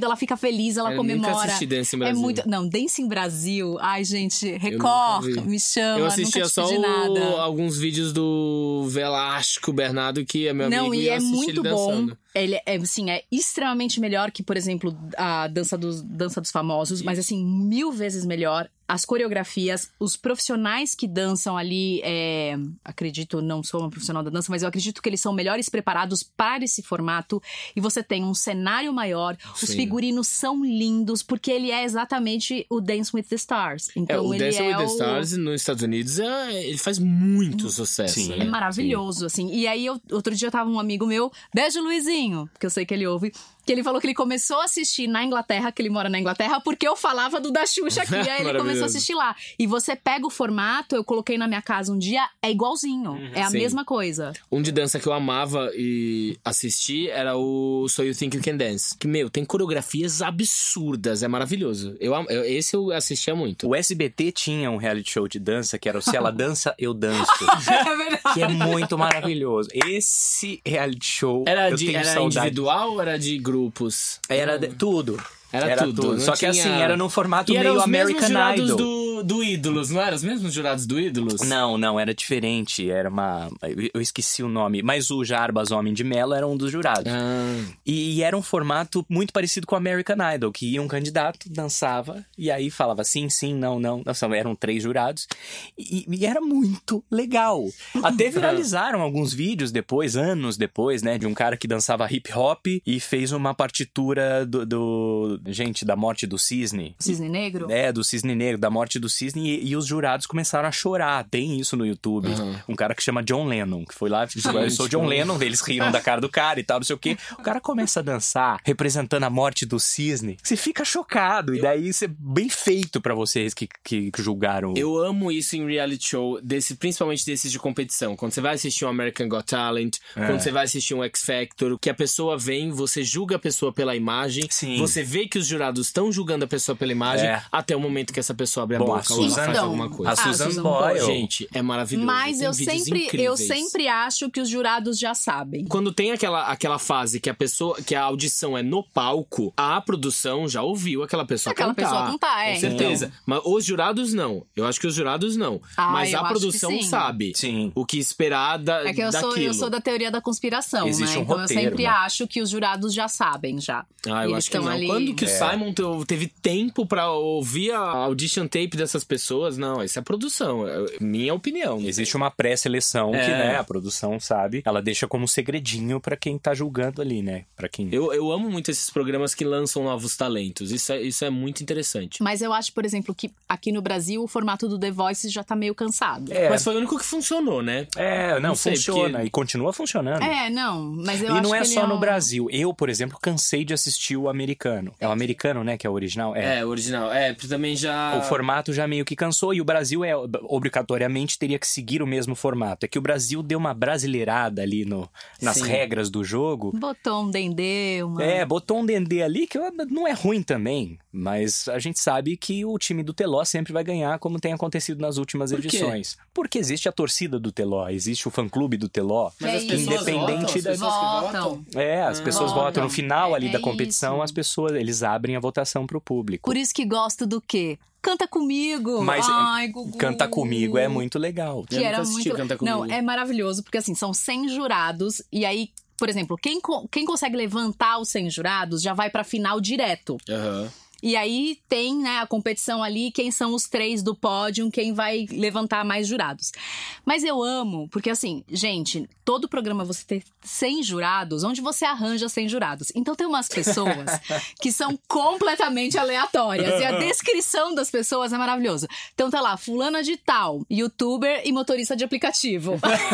S2: ela fica feliz, ela
S1: Eu
S2: comemora.
S1: nunca assisti Dance em
S2: É
S1: Brasil.
S2: muito. Não, Dance em Brasil. Ai, gente,
S1: nunca
S2: Record,
S1: vi.
S2: me chama.
S1: Eu assistia
S2: nunca te
S1: só
S2: pedi
S1: o-
S2: nada.
S1: alguns vídeos do Velasco Bernardo, que é meu
S2: Não,
S1: amigo,
S2: e
S1: e eu
S2: é
S1: assisti
S2: muito
S1: ele
S2: bom.
S1: dançando.
S2: Ele é, assim, é extremamente melhor que, por exemplo, a dança dos, dança dos famosos, mas assim, mil vezes melhor. As coreografias, os profissionais que dançam ali, é, acredito, não sou uma profissional da dança, mas eu acredito que eles são melhores preparados para esse formato. E você tem um cenário maior, os
S1: Sim.
S2: figurinos são lindos, porque ele é exatamente o Dance with the Stars. Então
S1: É, o
S2: ele
S1: Dance
S2: é
S1: with the
S2: o...
S1: Stars nos Estados Unidos, é, ele faz muito sucesso.
S3: Sim.
S1: né?
S2: É maravilhoso, assim. E aí, eu, outro dia tava um amigo meu, beijo Luizinho, que eu sei que ele ouve, que ele falou que ele começou a assistir na Inglaterra, que ele mora na Inglaterra, porque eu falava do da Xuxa aqui. Aí ele começou a
S1: Maravilhoso.
S2: assistir lá. E você pega o formato, eu coloquei na minha casa um dia, é igualzinho. É a
S1: Sim.
S2: mesma coisa.
S1: Um de dança que eu amava e assisti era o So You Think You Can Dance. Que, meu, tem coreografias absurdas, é maravilhoso. Eu, am- eu- esse eu assistia muito.
S3: O S B T tinha um reality show de dança que era o Se Ela Dança, Eu Danço.
S2: É verdade.
S3: Que é muito maravilhoso. Esse reality show,
S1: Era,
S3: eu
S1: de,
S3: tenho
S1: era
S3: saudade.
S1: individual ou era de grupos?
S3: Era de- tudo.
S1: Era tudo, não
S3: Só que
S1: tinha-
S3: assim, era num formato
S1: E eram
S3: meio
S1: os mesmos
S3: American
S1: jurados
S3: Idol.
S1: do, do Ídolos, não eram os mesmos jurados do Ídolos?
S3: Não, não, era diferente. Era uma. eu- Eu esqueci o nome. Mas o Jarbas Homem de Mello era um dos jurados.
S1: Ah,
S3: E, e era um formato muito parecido com o American Idol, que ia um candidato, dançava, e aí falava sim, sim, não, não. Nossa, eram três jurados. E, e era muito legal. Até viralizaram alguns vídeos depois, anos depois, né? De um cara que dançava hip hop e fez uma partitura do. do- gente, da morte do cisne.
S2: Cisne Negro?
S3: É, do cisne negro, da morte do cisne, e, e os jurados começaram a chorar. Tem isso no YouTube.
S1: Uhum.
S3: Um cara que chama John Lennon, que foi lá, eu sou John
S1: como-
S3: Lennon, eles riram da cara do cara e tal, não sei o quê. O cara começa a dançar, representando a morte do cisne. Você fica chocado, e daí isso é bem feito pra vocês que, que, que julgaram.
S1: eu amo isso em reality show, desse, principalmente desses de competição. Quando você vai assistir um American Got Talent,
S3: É.
S1: quando você vai assistir um X Factor, que a pessoa vem, você julga a pessoa pela imagem,
S3: Sim.
S1: você vê que os jurados estão julgando a pessoa pela imagem,
S3: É.
S1: até o momento que essa pessoa abre a
S3: Bom, a
S1: boca ou ela
S3: Susan-
S1: faz
S2: Então,
S1: alguma coisa.
S3: A
S2: Ah,
S3: Susan,
S2: Susan
S3: Boyle.
S1: Gente, é maravilhoso.
S2: Mas
S1: Tem
S2: eu
S1: vídeos
S2: sempre, eu
S1: incríveis.
S2: sempre acho que os jurados já sabem.
S1: Quando tem aquela, aquela fase que a pessoa, que a audição é no palco, a produção já ouviu aquela pessoa
S2: Aquela
S1: cantar.
S2: pessoa cantar, é,
S1: Com certeza. Mas os jurados não. Eu acho que os jurados não.
S2: Ah,
S1: Mas
S2: eu
S1: a
S2: acho que
S1: produção
S2: sim.
S1: sabe
S3: Sim.
S1: o que esperar da,
S2: É que eu sou,
S1: daquilo.
S2: eu sou da teoria da conspiração,
S3: Existe
S2: né?
S3: um
S2: Então
S3: roteiro,
S2: eu sempre
S3: né?
S2: acho que os jurados já sabem, já.
S1: Ah, eu
S2: Eles
S1: acho que
S2: estão
S1: não.
S2: ali-
S1: Quando que o
S3: É.
S1: Simon te- teve tempo pra ouvir a audition tape dessas pessoas? Não, isso é produção. É minha opinião.
S3: Existe uma pré-seleção
S1: É.
S3: que, né, a produção sabe. Ela deixa como segredinho pra quem tá julgando ali, né? Pra quem...
S1: Eu, eu amo muito esses programas que lançam novos talentos. Isso é, isso é muito interessante.
S2: Mas eu acho, por exemplo, que aqui no Brasil o formato do The Voice já tá meio cansado.
S3: É,
S1: Mas foi o único que funcionou, né?
S3: é, não,
S1: Não sei,
S3: funciona.
S1: porque-
S3: E continua funcionando.
S2: É, não, mas eu
S3: E
S2: acho
S3: não é
S2: que ele
S3: só
S2: é
S3: no
S2: um-
S3: Brasil. Eu, por exemplo, cansei de assistir o americano. É o americano, né, que é o original?
S1: É, original. É, também já...
S3: O formato já meio que cansou e o Brasil é obrigatoriamente teria que seguir o mesmo formato. É que o Brasil deu uma brasileirada ali no, nas
S1: Sim.
S3: regras do jogo.
S2: Botou um dendê, uma...
S3: É, botou um dendê ali que não é ruim também, mas a gente sabe que o time do Teló sempre vai ganhar, como tem acontecido nas últimas
S1: Por quê?
S3: edições. Porque existe a torcida do Teló, existe o fã-clube do Teló.
S2: Mas as
S3: que
S2: pessoas
S3: independente
S1: votam,
S3: da...
S1: as pessoas que
S2: Votam.
S3: É, as pessoas
S2: Votam.
S3: votam no final ali
S2: É
S3: da competição,
S2: isso.
S3: as pessoas, eles abrem a votação pro público.
S2: Por isso que gosto do quê? Canta Comigo!
S3: Mas
S2: Ai, Gugu.
S3: Canta Comigo é muito legal.
S2: Que
S1: Eu
S2: era
S1: nunca assisti
S2: muito...
S1: Canta
S2: Não,
S1: Comigo.
S2: é maravilhoso, porque assim, são cem jurados, e aí, por exemplo, quem, co- quem consegue levantar os cem jurados já vai pra final direto.
S1: Aham.
S2: E aí tem, né, a competição ali, quem são os três do pódio, quem vai levantar mais jurados. Mas eu amo, porque assim, gente, todo programa você tem cem jurados, onde você arranja cem jurados. Então tem umas pessoas que são completamente aleatórias, e a descrição das pessoas é maravilhosa. Então tá lá, fulana de tal, youtuber e motorista de aplicativo.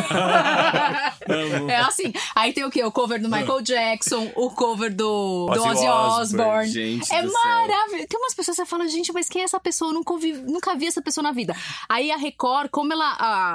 S2: É assim, aí tem o quê? O cover do Michael Jackson, o cover do, do
S3: Ozzy
S2: Ozzy
S3: Osbourne,
S2: Osbourne.
S1: gente
S2: É
S1: do céu.
S2: maravilhoso. maravilhoso. Tem umas pessoas que você fala, gente, mas quem é essa pessoa? Eu nunca, ouvi, nunca vi essa pessoa na vida. Aí a Record, como ela,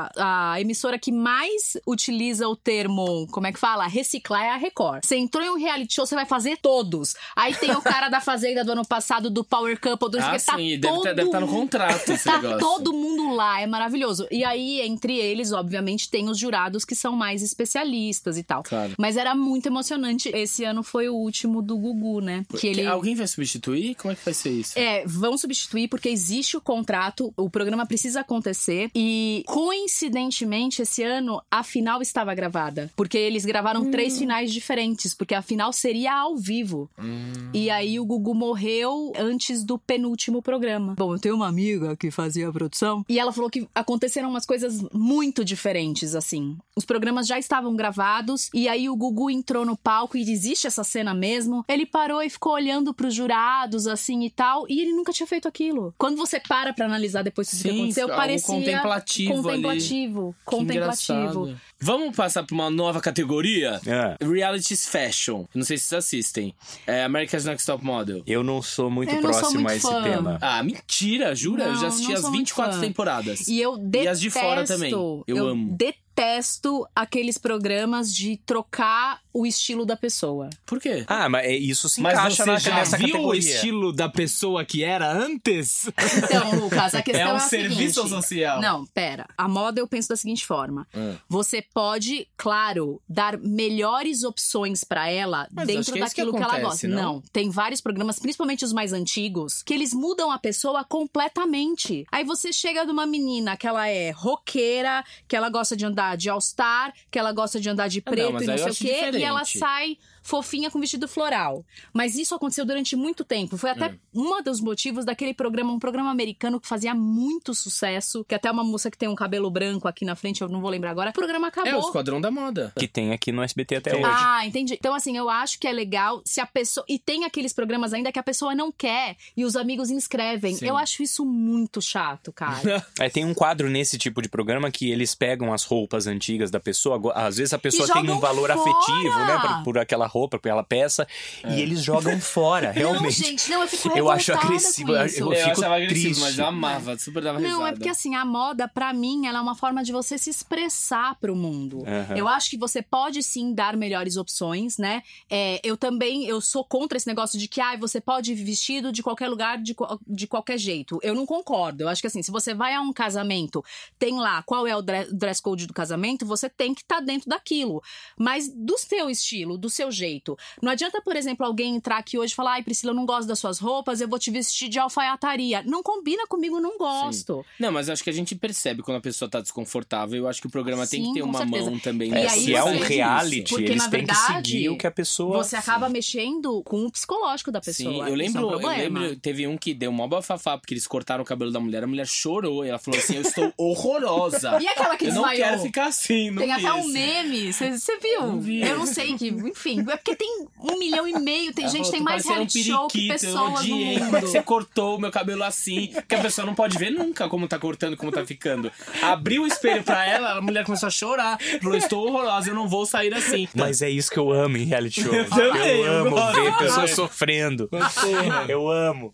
S2: a, a emissora que mais utiliza o termo, como é que fala? Reciclar é a Record. Você entrou em um reality show, você vai fazer todos. Aí tem o cara da Fazenda do ano passado, do Power Couple, do
S1: Ah,
S2: que
S1: sim,
S2: tá
S1: deve
S2: todo
S1: tá- deve estar no contrato esse
S2: Tá
S1: negócio.
S2: todo mundo lá, é maravilhoso. E aí, entre eles, obviamente, tem os jurados que são mais especialistas e tal.
S1: Claro.
S2: Mas era muito emocionante. Esse ano foi o último do Gugu, né? Que ele...
S1: Alguém vai substituir? Como é que vai ser isso?
S2: É, vão substituir porque existe o contrato, o programa precisa acontecer e, coincidentemente, esse ano a final estava gravada. Porque eles gravaram hum. três finais diferentes, porque a final seria ao vivo.
S1: Hum.
S2: E aí o Gugu morreu antes do penúltimo programa. Bom, eu tenho uma amiga que fazia a produção e ela falou que aconteceram umas coisas muito diferentes, assim. Os programas já estavam gravados e aí o Gugu entrou no palco e existe essa cena mesmo. Ele parou e ficou olhando pros jurados, assim, e tal, e ele nunca tinha feito aquilo. Quando você para pra analisar depois tudo
S1: Sim,
S2: que aconteceu,
S1: algo
S2: parecia...
S1: contemplativo
S2: Contemplativo.
S1: ali.
S2: Contemplativo.
S1: Que Vamos passar pra uma nova categoria?
S3: É.
S1: Realities Fashion. Não sei se vocês assistem. É America's Next Top Model.
S3: Eu não sou muito
S2: Eu não sou
S3: próximo
S2: muito
S3: a esse
S2: fã.
S3: tema.
S1: Ah, mentira, jura?
S2: Não,
S1: eu já assisti
S2: não
S1: as
S2: sou muito
S1: vinte e quatro
S2: fã.
S1: temporadas.
S2: E eu detesto...
S1: E as de fora também. Eu,
S2: eu
S1: amo.
S2: detesto aqueles programas de trocar o estilo da pessoa.
S1: Por quê?
S3: Ah, mas é- isso se
S4: Mas
S3: encaixa
S4: você
S3: na,
S4: já
S3: nessa
S4: viu
S3: categoria.
S4: o estilo da pessoa que era antes?
S2: Então, Lucas, a questão
S4: É
S2: é,
S4: um
S2: a
S4: serviço
S2: seguinte.
S4: social.
S2: Não, pera. A moda eu penso da seguinte forma.
S1: Hum.
S2: Você pode, claro, dar melhores opções pra ela
S1: Mas acho
S2: dentro
S1: que é isso que
S2: daquilo que, ela
S1: acontece,
S2: gosta.
S1: não?
S2: Tem vários programas, principalmente os mais antigos, que eles mudam a pessoa completamente. Aí você chega numa menina que ela é roqueira, que ela gosta de andar de all-star, que ela gosta de andar de
S1: Ah, não,
S2: preto
S1: mas
S2: e não
S1: aí eu
S2: sei o
S1: acho
S2: quê,
S1: diferente.
S2: e ela sai fofinha com vestido floral. Mas isso aconteceu durante muito tempo. Foi até
S1: É.
S2: um dos motivos daquele programa, um programa americano que fazia muito sucesso, que até uma moça que tem um cabelo branco aqui na frente, eu não vou lembrar agora, o programa acabou.
S1: É o Esquadrão da Moda.
S3: Que tem aqui no S B T até hoje.
S2: Ah, entendi. Então, assim, eu acho que é legal se a pessoa... E tem aqueles programas ainda que a pessoa não quer e os amigos inscrevem.
S1: Sim.
S2: Eu acho isso muito chato, cara.
S3: É, tem um quadro nesse tipo de programa que eles pegam as roupas antigas da pessoa. go- Às vezes a pessoa tem
S2: jogam
S3: um valor
S2: fora!
S3: afetivo, né? Por, por aquela roupa, por aquela peça. E eles jogam fora, realmente.
S2: Não, gente, não, eu fico
S3: Eu acho
S2: revoltada
S3: agressivo,
S2: com
S3: eu-
S2: isso.
S3: eu-
S1: Eu,
S3: fico
S1: achava agressivo,
S3: triste.
S1: mas eu amava. Super dava risada.
S2: Não, é porque assim, a moda, pra mim, ela é uma forma de você se expressar pro mundo.
S3: Aham.
S2: Eu acho que você pode sim dar melhores opções, né? É, eu também, eu sou contra esse negócio de que ah, você pode ir vestido de qualquer lugar, de, qual- de qualquer jeito. Eu não concordo. Eu acho que assim, se você vai a um casamento, tem lá qual é o dre- dress code do casamento, você tem que estar dentro daquilo. Mas do seu estilo, do seu jeito. Não adianta, por exemplo, alguém entrar aqui hoje e falar, ai, Priscila, eu não gosto das suas roupas, eu vou te vestir de alfaiataria. Não combina comigo, eu não gosto.
S1: Não, mas acho que a gente percebe quando a pessoa tá desconfortável. Eu acho que o programa tem
S2: Sim,
S1: que ter
S2: com
S1: uma
S2: certeza.
S1: mão também.
S2: E
S3: É,
S2: aí
S3: se é um
S2: você-
S3: reality,
S2: Porque,
S3: eles
S2: na
S3: têm que
S2: verdade,
S3: seguir o que a pessoa...
S2: Você acaba mexendo com o psicológico da pessoa.
S1: Sim, eu
S2: Isso
S1: lembro,
S2: é um
S1: eu
S2: problema.
S1: lembro, teve um que deu uma bafafá porque eles cortaram o cabelo da mulher, a mulher chorou e ela falou assim, eu estou horrorosa.
S2: E aquela que
S1: eu não
S2: desmaiou?
S1: quero ficar assim, não
S2: Tem
S1: vi
S2: até um
S1: esse.
S2: meme, você viu?
S1: Não vi.
S2: Eu não sei, que, enfim, é porque tem um milhão e meio, tem
S1: Ela
S2: gente,
S1: falou,
S2: tem
S1: "Tu
S2: mais
S1: parecia um
S2: reality show que
S1: periquito, eu
S2: pessoas no
S1: odiei. Como é que
S2: mundo.
S1: você cortou o meu cabelo assim? Que a pessoa não pode ver nunca como tá cortando, como tá ficando. Abriu o espelho pra ela, a mulher começou a chorar. Falou, estou horrorosa, eu não vou sair assim.
S3: Mas é isso que eu amo em reality show.
S1: também,
S3: eu
S1: eu
S3: amo
S1: gosto.
S3: ver pessoas sofrendo. Eu amo.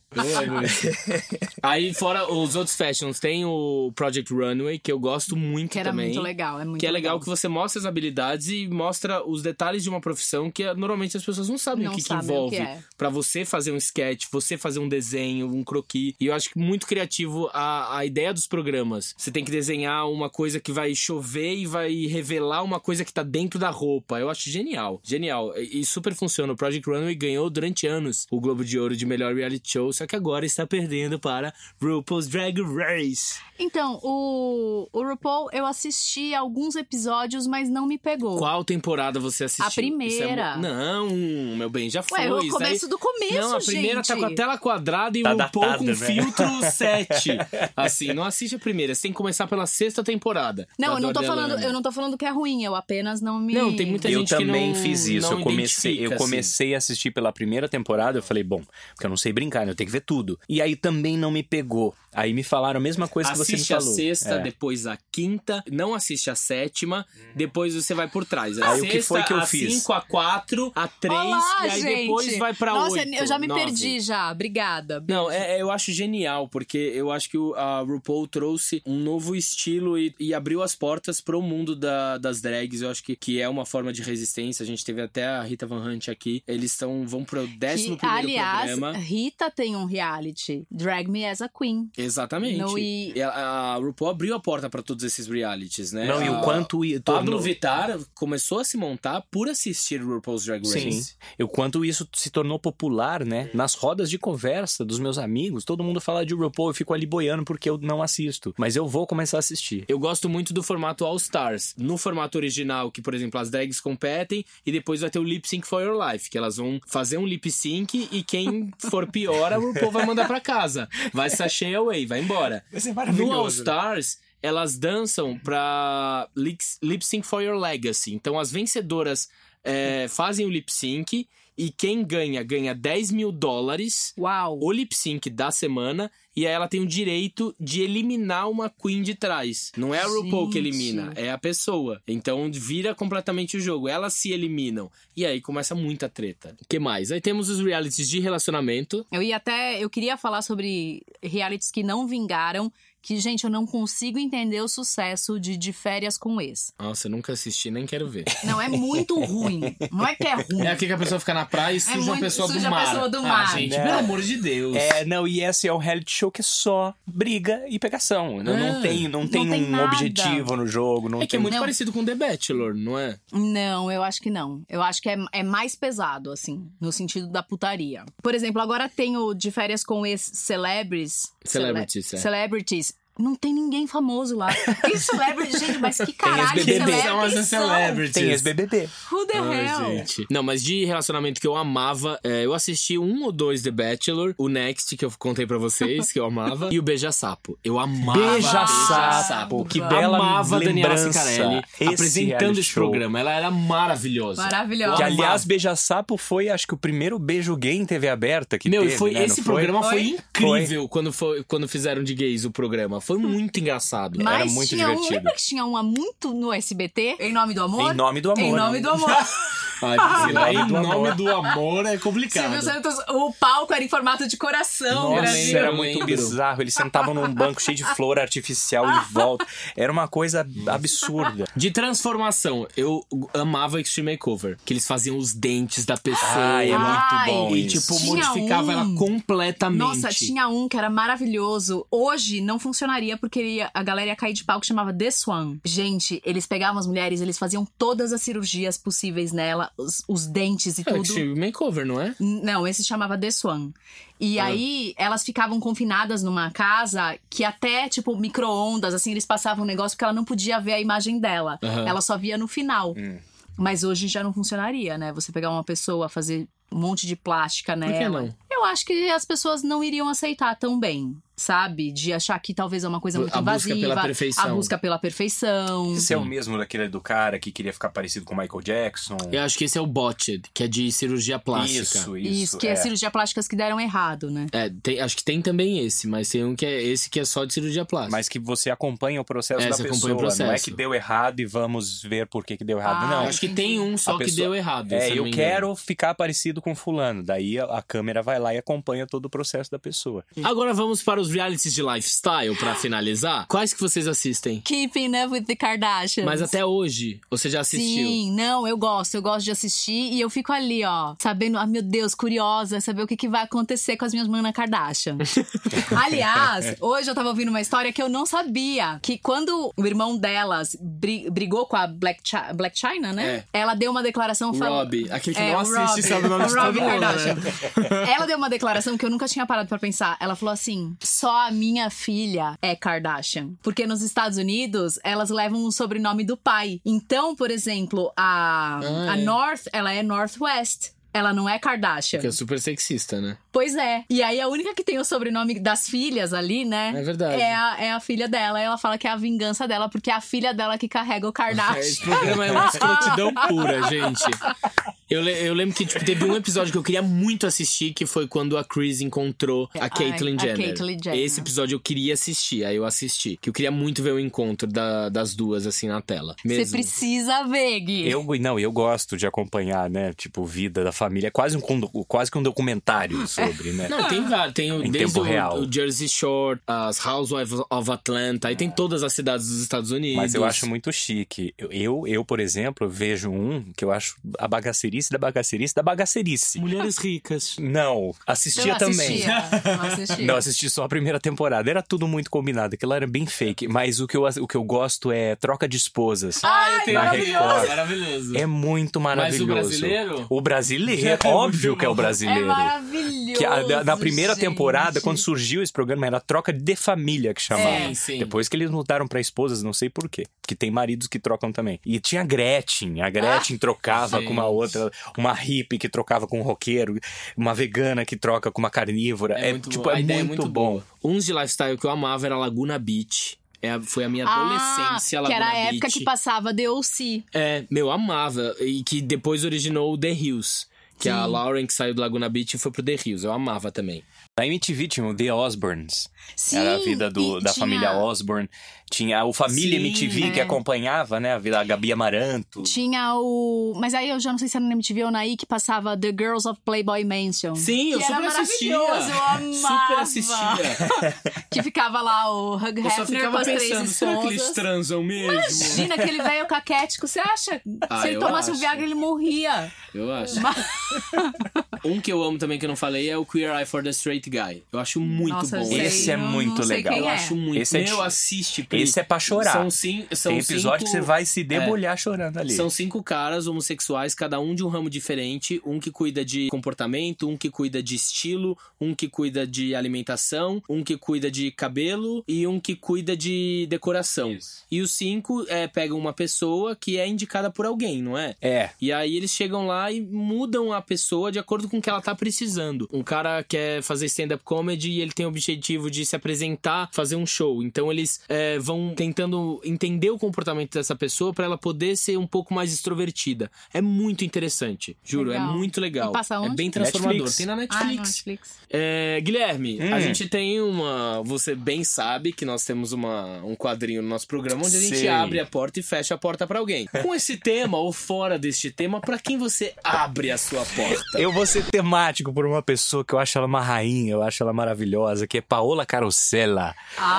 S1: Aí, fora os outros fashions, tem o Project Runway, que eu gosto muito
S2: Que era
S1: também.
S2: muito legal, é muito
S1: Que é legal
S2: legal.
S1: que você mostra as habilidades e mostra os detalhes de uma profissão que normalmente as pessoas não sabem
S2: Não
S1: o que, que
S2: sabem o
S1: envolve.
S2: que é.
S1: Pra você fazer um sketch, você fazer um desenho, um croquis. E eu acho que muito criativo a, a ideia dos programas. Você tem que desenhar uma coisa que vai chover e vai revelar uma coisa que tá dentro da roupa. Eu acho genial. Genial. E, e super funciona. O Project Runway ganhou durante anos o Globo de Ouro de melhor reality show, só que agora está perdendo para RuPaul's Drag Race.
S2: Então, o, o RuPaul, eu assisti alguns episódios, mas não me pegou.
S1: Qual temporada você assistiu?
S2: A primeira.
S1: Isso é mo- não, meu bem, já foi.
S2: Ué, o
S1: isso
S2: começo
S1: daí-
S2: do começo,
S1: Não, a primeira
S2: gente.
S1: tá com a tela quadrada e
S3: Tá
S1: um
S3: datada,
S1: pouco com
S3: né?
S1: filtro sete. Assim, não assiste a primeira, você tem que começar pela sexta temporada.
S2: Não,
S1: da
S2: eu não tô
S1: Dora
S2: falando,
S1: Delano.
S2: eu não tô falando que é ruim, eu apenas não me...
S1: Não, tem muita
S3: Eu
S1: gente que
S3: também
S1: não-
S3: fiz isso.
S1: não
S3: Eu comecei, eu
S1: identifica,
S3: comecei a assistir pela primeira temporada. Eu falei, bom, porque eu não sei brincar, né? Eu tenho que ver tudo. E aí também não me pegou. Aí me falaram a mesma coisa que você me
S1: Assiste a
S3: falou.
S1: sexta,
S3: É.
S1: depois a quinta, não assiste a sétima, depois você vai por trás. A
S3: Aí o
S1: sexta,
S3: que foi que eu
S1: a
S3: fiz?
S1: cinco, a quatro, quatro a três
S2: Olá,
S1: e aí
S2: gente.
S1: depois vai pra
S2: Nossa,
S1: oito.
S2: eu já me
S1: nove.
S2: perdi já. Obrigada.
S1: Não, é, é, eu acho genial, porque eu acho que o, a RuPaul trouxe um novo estilo e, e abriu as portas pro mundo da, das drags. Eu acho que, que é uma forma de resistência. A gente teve até a Rita Van Hunt aqui. Eles tão, vão pro décimo
S2: Que,
S1: primeiro
S2: aliás,
S1: programa.
S2: Rita tem um reality, Drag Me as a Queen.
S1: Exatamente.
S2: No, e...
S1: E a, a RuPaul abriu a porta pra todos esses realities, né?
S3: Não,
S1: a,
S3: e o quanto... i-
S1: Pablo
S3: tornou-
S1: Vittar começou a se montar por assistir RuPaul's Drag Race.
S3: Sim. E o quanto isso se tornou popular, né? Nas rodas de conversa dos meus amigos, todo mundo fala de RuPaul, eu fico ali boiando porque eu não assisto. Mas eu vou começar a assistir.
S1: Eu gosto muito do formato All Stars. No formato original, que, por exemplo, as drags competem e depois vai ter o Lip Sync for Your Life, que elas vão fazer um lip sync e quem for pior, a RuPaul vai mandar pra casa. Vai sachê away, vai embora.
S3: Vai ser
S1: No All Stars, elas dançam pra lip lip sync for Your Legacy. Então, as vencedoras é, fazem o lip sync e quem ganha, ganha dez mil dólares.
S2: Uau.
S1: O lip sync da semana, e aí ela tem o direito de eliminar uma queen de trás. Não é a RuPaul que
S2: Gente.
S1: elimina, é a pessoa. Então vira completamente o jogo. Elas se eliminam. E aí começa muita treta. O que mais? Aí temos os realities de relacionamento.
S2: Eu ia até. Eu queria falar sobre realities que não vingaram. Que, gente, eu não consigo entender o sucesso de De Férias com Ex.
S1: Nossa, eu nunca assisti, nem quero ver.
S2: Não, é muito ruim. Não é que é ruim.
S1: É aqui que a pessoa fica na praia e suja
S2: muito-
S1: a pessoa
S2: suja
S1: do
S2: a
S1: mar.
S2: pessoa do
S1: Ah,
S2: mar.
S1: gente,
S3: Né?
S1: pelo amor de Deus.
S3: É, não, e esse é o reality show que é só briga e pegação. Não,
S1: É.
S3: não tem, não tem
S2: tem
S3: um
S2: nada.
S3: objetivo no jogo. Não
S1: É que é
S3: tem...
S1: muito
S2: Não.
S1: parecido com The Bachelor, não é?
S2: Não, eu acho que não. Eu acho que é, é mais pesado, assim, no sentido da putaria. Por exemplo, agora tem o De Férias com Ex-Celebrities.
S1: Celebrities,
S2: Cele-
S1: é.
S2: Celebrities. Não tem ninguém famoso lá. Que celebrity, gente, mas que caralho de
S3: ex-B B B.
S2: celebrities
S1: São as
S2: são?
S1: celebrities.
S3: Tem ex-B B B.
S2: Who the
S1: Ai,
S2: hell?
S1: gente. Não, mas de relacionamento que eu amava, é, eu assisti um ou dois The Bachelor, o Next, que eu contei pra vocês, que eu amava, e o Beija-Sapo. Eu amava
S3: Beija-Sapo, que bela
S1: amava a Daniela
S3: lembrança.
S1: Cicarelli
S3: Esse
S1: apresentando
S3: reality
S1: esse
S3: show.
S1: programa. Ela era maravilhosa.
S2: Maravilhosa.
S3: Que,
S1: Eu amava.
S3: aliás, Beija-Sapo foi, acho que, o primeiro beijo gay em T V aberta que
S1: Meu,
S3: teve,
S1: foi,
S3: né?
S1: esse
S3: Não foi?
S1: programa foi,
S2: Foi?
S1: incrível Quando, foi, quando fizeram de gays o programa. Foi muito engraçado.
S2: Mas
S3: Era muito
S2: tinha um,
S3: divertido.
S2: lembra que tinha um há muito no S B T? Em Nome do Amor?
S3: Em Nome do Amor.
S2: Em Nome do Amor.
S1: Ai, Priscila,
S3: Em
S1: em
S3: Nome do
S1: nome
S3: Amor.
S1: do amor é complicado.
S2: Silvio Santos, o palco era em formato de coração,
S3: Nossa,
S2: Brasil.
S3: isso era
S1: Eu
S3: muito
S1: lembro.
S3: bizarro. Eles sentavam num banco cheio de flor artificial em volta. Era uma coisa absurda.
S1: De transformação, eu amava Extreme Makeover. Que eles faziam os dentes da pessoa.
S3: Ai, é muito
S2: Ai,
S3: bom
S1: E,
S3: isso.
S1: tipo,
S2: Tinha
S1: modificava
S2: um-
S1: ela completamente.
S2: Nossa, tinha um que era maravilhoso. Hoje não funcionaria porque ele ia- a galera ia cair de pau, que chamava The Swan. Gente, eles pegavam as mulheres, eles faziam todas as cirurgias possíveis nela, os, os dentes e
S1: É,
S2: tudo.
S1: Extreme Makeover, não é?
S2: Não, esse chamava The Swan. E
S1: Ah.
S2: aí, elas ficavam confinadas numa casa que até, tipo, micro-ondas, assim, eles passavam um negócio porque ela não podia ver a imagem dela.
S1: Aham.
S2: Ela só via no final.
S3: Hum.
S2: Mas hoje já não funcionaria, né? Você pegar uma pessoa, fazer um monte de plástica
S1: Por
S2: nela.
S1: que não?
S2: Eu acho que as pessoas não iriam aceitar tão bem, sabe? De achar que talvez é uma coisa muito
S1: A busca
S2: invasiva.
S1: pela perfeição.
S2: A busca pela perfeição.
S3: Esse é o mesmo daquele do cara que queria ficar parecido com o Michael Jackson.
S1: Eu acho que esse é o Botched, que é de cirurgia plástica.
S3: Isso, isso.
S2: Isso, que é. cirurgia plásticas que deram errado, né?
S1: É, tem- acho que tem também esse, mas tem um que é esse que é só de cirurgia plástica.
S3: Mas que você acompanha o processo
S1: É,
S3: da
S1: você
S3: pessoa.
S1: acompanha o
S3: Não é
S1: processo.
S3: que deu errado e vamos ver por que, que deu errado.
S2: Ah,
S3: não.
S1: Eu acho que tem um só
S3: A
S1: que
S3: pessoa-
S1: deu errado. se
S3: É,
S1: não
S3: eu
S1: me engano.
S3: quero ficar parecido com fulano. Daí a, a câmera vai lá e acompanha todo o processo da pessoa.
S1: Agora vamos para os realities de lifestyle pra finalizar. Quais que vocês assistem?
S2: Keeping Up with the Kardashians.
S1: Mas até hoje, você já assistiu?
S2: Sim, não, eu gosto, eu gosto de assistir e eu fico ali, ó, sabendo, ah, meu Deus, curiosa, saber o que, que vai acontecer com as minhas manas Kardashian. Aliás, hoje eu tava ouvindo uma história que eu não sabia, que quando o irmão delas bri- brigou com a Black, Chi- Black China, né? Ela deu uma declaração falando...
S1: Robbie, aquele que
S2: É,
S1: não
S2: o
S1: assiste
S2: Robbie,
S1: sabe o nome de todo
S2: Robbie
S1: mundo,
S2: Kardashian.
S1: né?
S2: Ela deu uma declaração que eu nunca tinha parado pra pensar. Ela falou assim: só a minha filha é Kardashian. Porque nos Estados Unidos, elas levam o sobrenome do pai. Então, por exemplo, a,
S1: Ah,
S2: a
S1: é.
S2: North, ela é Northwest. Ela não é Kardashian.
S1: Que é super sexista, né?
S2: Pois é. E aí, a única que tem o sobrenome das filhas ali, né?
S1: É verdade.
S2: É a, é a filha dela. E ela fala que é a vingança dela, porque é a filha dela que carrega o Kardashian.
S1: Esse programa é uma escrotidão pura, gente. Eu, le- eu lembro que tipo, teve um episódio que eu queria muito assistir, que foi quando a Chris encontrou a Caitlyn
S2: a
S1: Jenner.
S2: Caitlyn Jenner.
S1: Esse episódio eu queria assistir, aí eu assisti. Que eu queria muito ver o encontro da- das duas, assim, na tela.
S2: Você
S1: Mesmo.
S2: precisa ver, Gui.
S3: Eu, não, eu gosto de acompanhar, né? Tipo, vida da família. É quase um, condo- quase que um documentário sobre, né?
S1: Não, tem vários. Tem o,
S3: Em
S1: desde
S3: tempo
S1: o,
S3: real.
S1: o Jersey Shore, as Housewives of Atlanta, aí tem todas as cidades dos Estados Unidos.
S3: Mas eu acho muito chique. Eu, eu, eu, por exemplo, vejo um que eu acho a bagacerice da bagacerice da bagacerice.
S1: Mulheres ricas.
S3: Não,
S2: Eu
S3: assistia
S2: não
S3: também.
S2: assistia, não assistia.
S3: Não, assisti só a primeira temporada. Era tudo muito combinado, aquilo era bem fake. Mas o que eu, o que eu gosto é troca de esposas.
S1: Ah, eu tenho
S3: Na
S1: maravilhoso.
S3: Record.
S1: Maravilhoso.
S3: É muito maravilhoso.
S1: Mas o brasileiro?
S3: O brasileiro,
S1: É
S3: óbvio
S1: muito
S3: que é o
S1: bom.
S2: É
S3: brasileiro.
S2: maravilhoso.
S3: Que a- na primeira
S2: gente.
S3: temporada, quando surgiu esse programa, era troca de família que chamava.
S1: Sim, sim.
S3: Depois que eles mudaram pra esposas, não sei por quê. Que tem maridos que trocam também. E tinha a Gretchen. A Gretchen trocava
S1: gente.
S3: com uma outra, uma hippie que trocava com um roqueiro, uma vegana que troca com uma carnívora. É,
S1: muito
S3: tipo,
S1: bom. A
S3: é
S1: ideia
S3: muito,
S1: é muito
S3: bom.
S1: boa. Uns de lifestyle que eu amava era Laguna Beach. É, foi a minha
S2: Ah,
S1: adolescência,
S2: que
S1: Laguna
S2: era a
S1: Beach.
S2: época que passava The O C.
S1: É, meu, amava. E que depois originou o The Hills. Que a Lauren, que saiu do Laguna Beach, foi pro The Hills. Eu amava também.
S3: Na M T V tinha o The Osbournes.
S2: Sim,
S3: Era a vida do,
S2: e
S3: da
S2: tinha-
S3: família Osbourne. Tinha o Família
S1: Sim,
S3: M T V
S2: é.
S3: que acompanhava, né? A vida da Gabi Amaranto.
S2: Tinha o... Mas aí eu já não sei se era na M T V ou na I que passava The Girls of Playboy Mansion.
S1: Sim, eu
S2: que era
S1: super assistia.
S2: maravilhoso, eu amava.
S1: Super assistia.
S2: Que ficava lá o Hugh
S1: Eu só
S2: Hefner
S1: ficava
S2: com as três
S1: pensando, será que eles
S2: esposas.
S1: transam mesmo?
S2: Imagina aquele velho caquético, você acha?
S1: Ah,
S2: se ele
S1: eu
S2: tomasse o
S1: acho.
S2: Viagra, ele morria.
S1: Eu acho. Um que eu amo também que eu não falei é o Queer Eye for the Straight Guy. Eu acho muito
S2: Nossa, eu
S1: bom.
S2: sei,
S3: Esse é
S2: eu
S3: muito
S2: não sei
S3: legal.
S2: quem
S1: Eu
S2: é.
S1: acho muito.
S3: Esse é
S1: Meu,
S3: de-
S1: assiste, Pri.
S3: Esse é pra chorar.
S1: São, cin... São
S3: Tem episódio
S1: cinco...
S3: que você vai se debulhar chorando ali.
S1: São cinco caras homossexuais, cada um de um ramo diferente. Um que cuida de comportamento, um que cuida de estilo, um que cuida de alimentação, um que cuida de cabelo e um que cuida de decoração.
S3: Isso.
S1: E os cinco é, pegam uma pessoa que é indicada por alguém, não é?
S3: É.
S1: E aí eles chegam lá e mudam a pessoa de acordo com o que ela tá precisando. Um cara quer fazer stand-up comedy e ele tem o objetivo de se apresentar, fazer um show. Então eles é, vão tentando entender o comportamento dessa pessoa pra ela poder ser um pouco mais extrovertida. É muito interessante, juro,
S2: Legal.
S1: é muito legal.
S2: E passa
S1: É
S2: onde?
S1: bem transformador.
S3: Netflix.
S1: Tem na
S2: Ah,
S1: Netflix.
S2: no Netflix.
S1: É, Guilherme,
S3: Hum.
S1: a gente tem uma... Você bem sabe que nós temos uma, um quadrinho no nosso programa onde a gente
S3: Sei.
S1: abre a porta e fecha a porta pra alguém. Com esse tema ou fora deste tema, pra quem você abre a sua porta?
S3: Eu vou ser temático por uma pessoa que eu acho ela uma rainha, eu acho ela maravilhosa, que é Paola Carosella.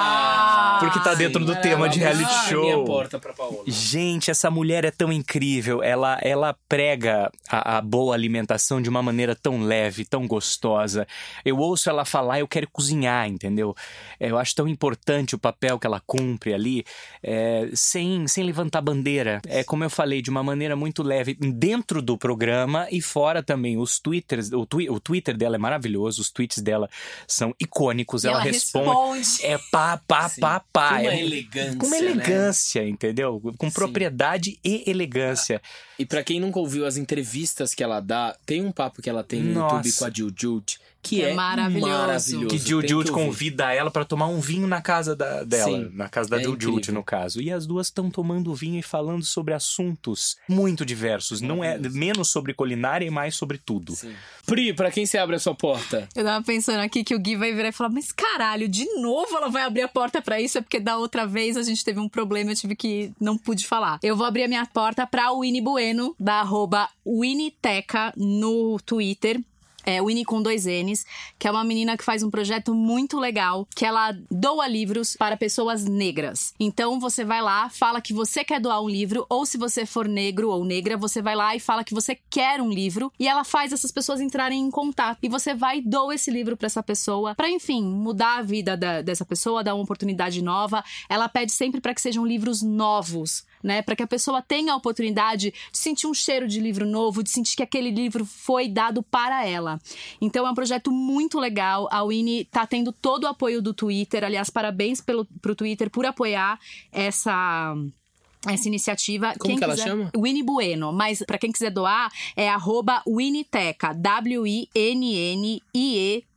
S2: Ah!
S3: Porque tá dentro do tema de reality
S1: Ah,
S3: show.
S1: minha porta pra Paola.
S3: Gente, essa mulher é tão incrível. Ela, ela prega a, a boa alimentação de uma maneira tão leve, tão gostosa. Eu ouço ela falar, eu quero cozinhar, entendeu? Eu acho tão importante o papel que ela cumpre ali, é, sem, sem levantar bandeira. É como eu falei, de uma maneira muito leve, dentro do programa e fora também. Os twitters, o, twi- o Twitter dela é maravilhoso, os tweets dela são icônicos.
S2: E
S3: ela,
S2: ela
S3: responde.
S2: responde.
S3: É pá, pá,
S1: Sim.
S3: pá, pá.
S1: Com uma
S3: É-
S1: elegância,
S3: Com uma
S1: né?
S3: elegância, entendeu? Com
S1: Sim.
S3: propriedade e elegância.
S1: E pra quem nunca ouviu as entrevistas que ela dá, tem um papo que ela tem no
S3: Nossa.
S1: YouTube com a Jill Jute, que
S2: É
S1: é,
S2: maravilhoso.
S1: maravilhoso.
S3: Que Jill
S1: Tem
S3: Jute
S1: ouvir.
S3: convida ela pra tomar um vinho na casa da- dela.
S1: Sim.
S3: Na casa da
S1: É
S3: Jill Jute,
S1: incrível.
S3: no caso. E as duas estão tomando vinho e falando sobre assuntos muito diversos. Não é
S1: Maravilhoso.
S3: menos sobre culinária e mais sobre tudo.
S1: Sim. Pri, pra quem você abre a sua porta?
S2: Eu tava pensando aqui que o Gui vai virar e falar, mas caralho, de novo ela vai abrir a porta pra isso? É porque da outra vez a gente teve um problema, eu tive que... não pude falar. Eu vou abrir a minha porta pra Winnie Bueno, da arroba Winnieteca no Twitter. É, Winnie com dois N's, que é uma menina que faz um projeto muito legal, que ela doa livros para pessoas negras. Então você vai lá, fala que você quer doar um livro, ou se você for negro ou negra, você vai lá e fala que você quer um livro, e ela faz essas pessoas entrarem em contato. E você vai e doa esse livro para essa pessoa, para enfim, mudar a vida da, dessa pessoa, dar uma oportunidade nova. Ela pede sempre para que sejam livros novos, né? Para que a pessoa tenha a oportunidade de sentir um cheiro de livro novo, de sentir que aquele livro foi dado para ela. Então é um projeto muito legal. A Winnie tá tendo todo o apoio do Twitter. Aliás, parabéns pelo, pro Twitter por apoiar essa... essa iniciativa.
S1: Como
S2: Quem
S1: que ela
S2: quiser-
S1: chama?
S2: Winnie Bueno. Mas pra quem quiser doar, é arroba Winnieteca. W I N N I E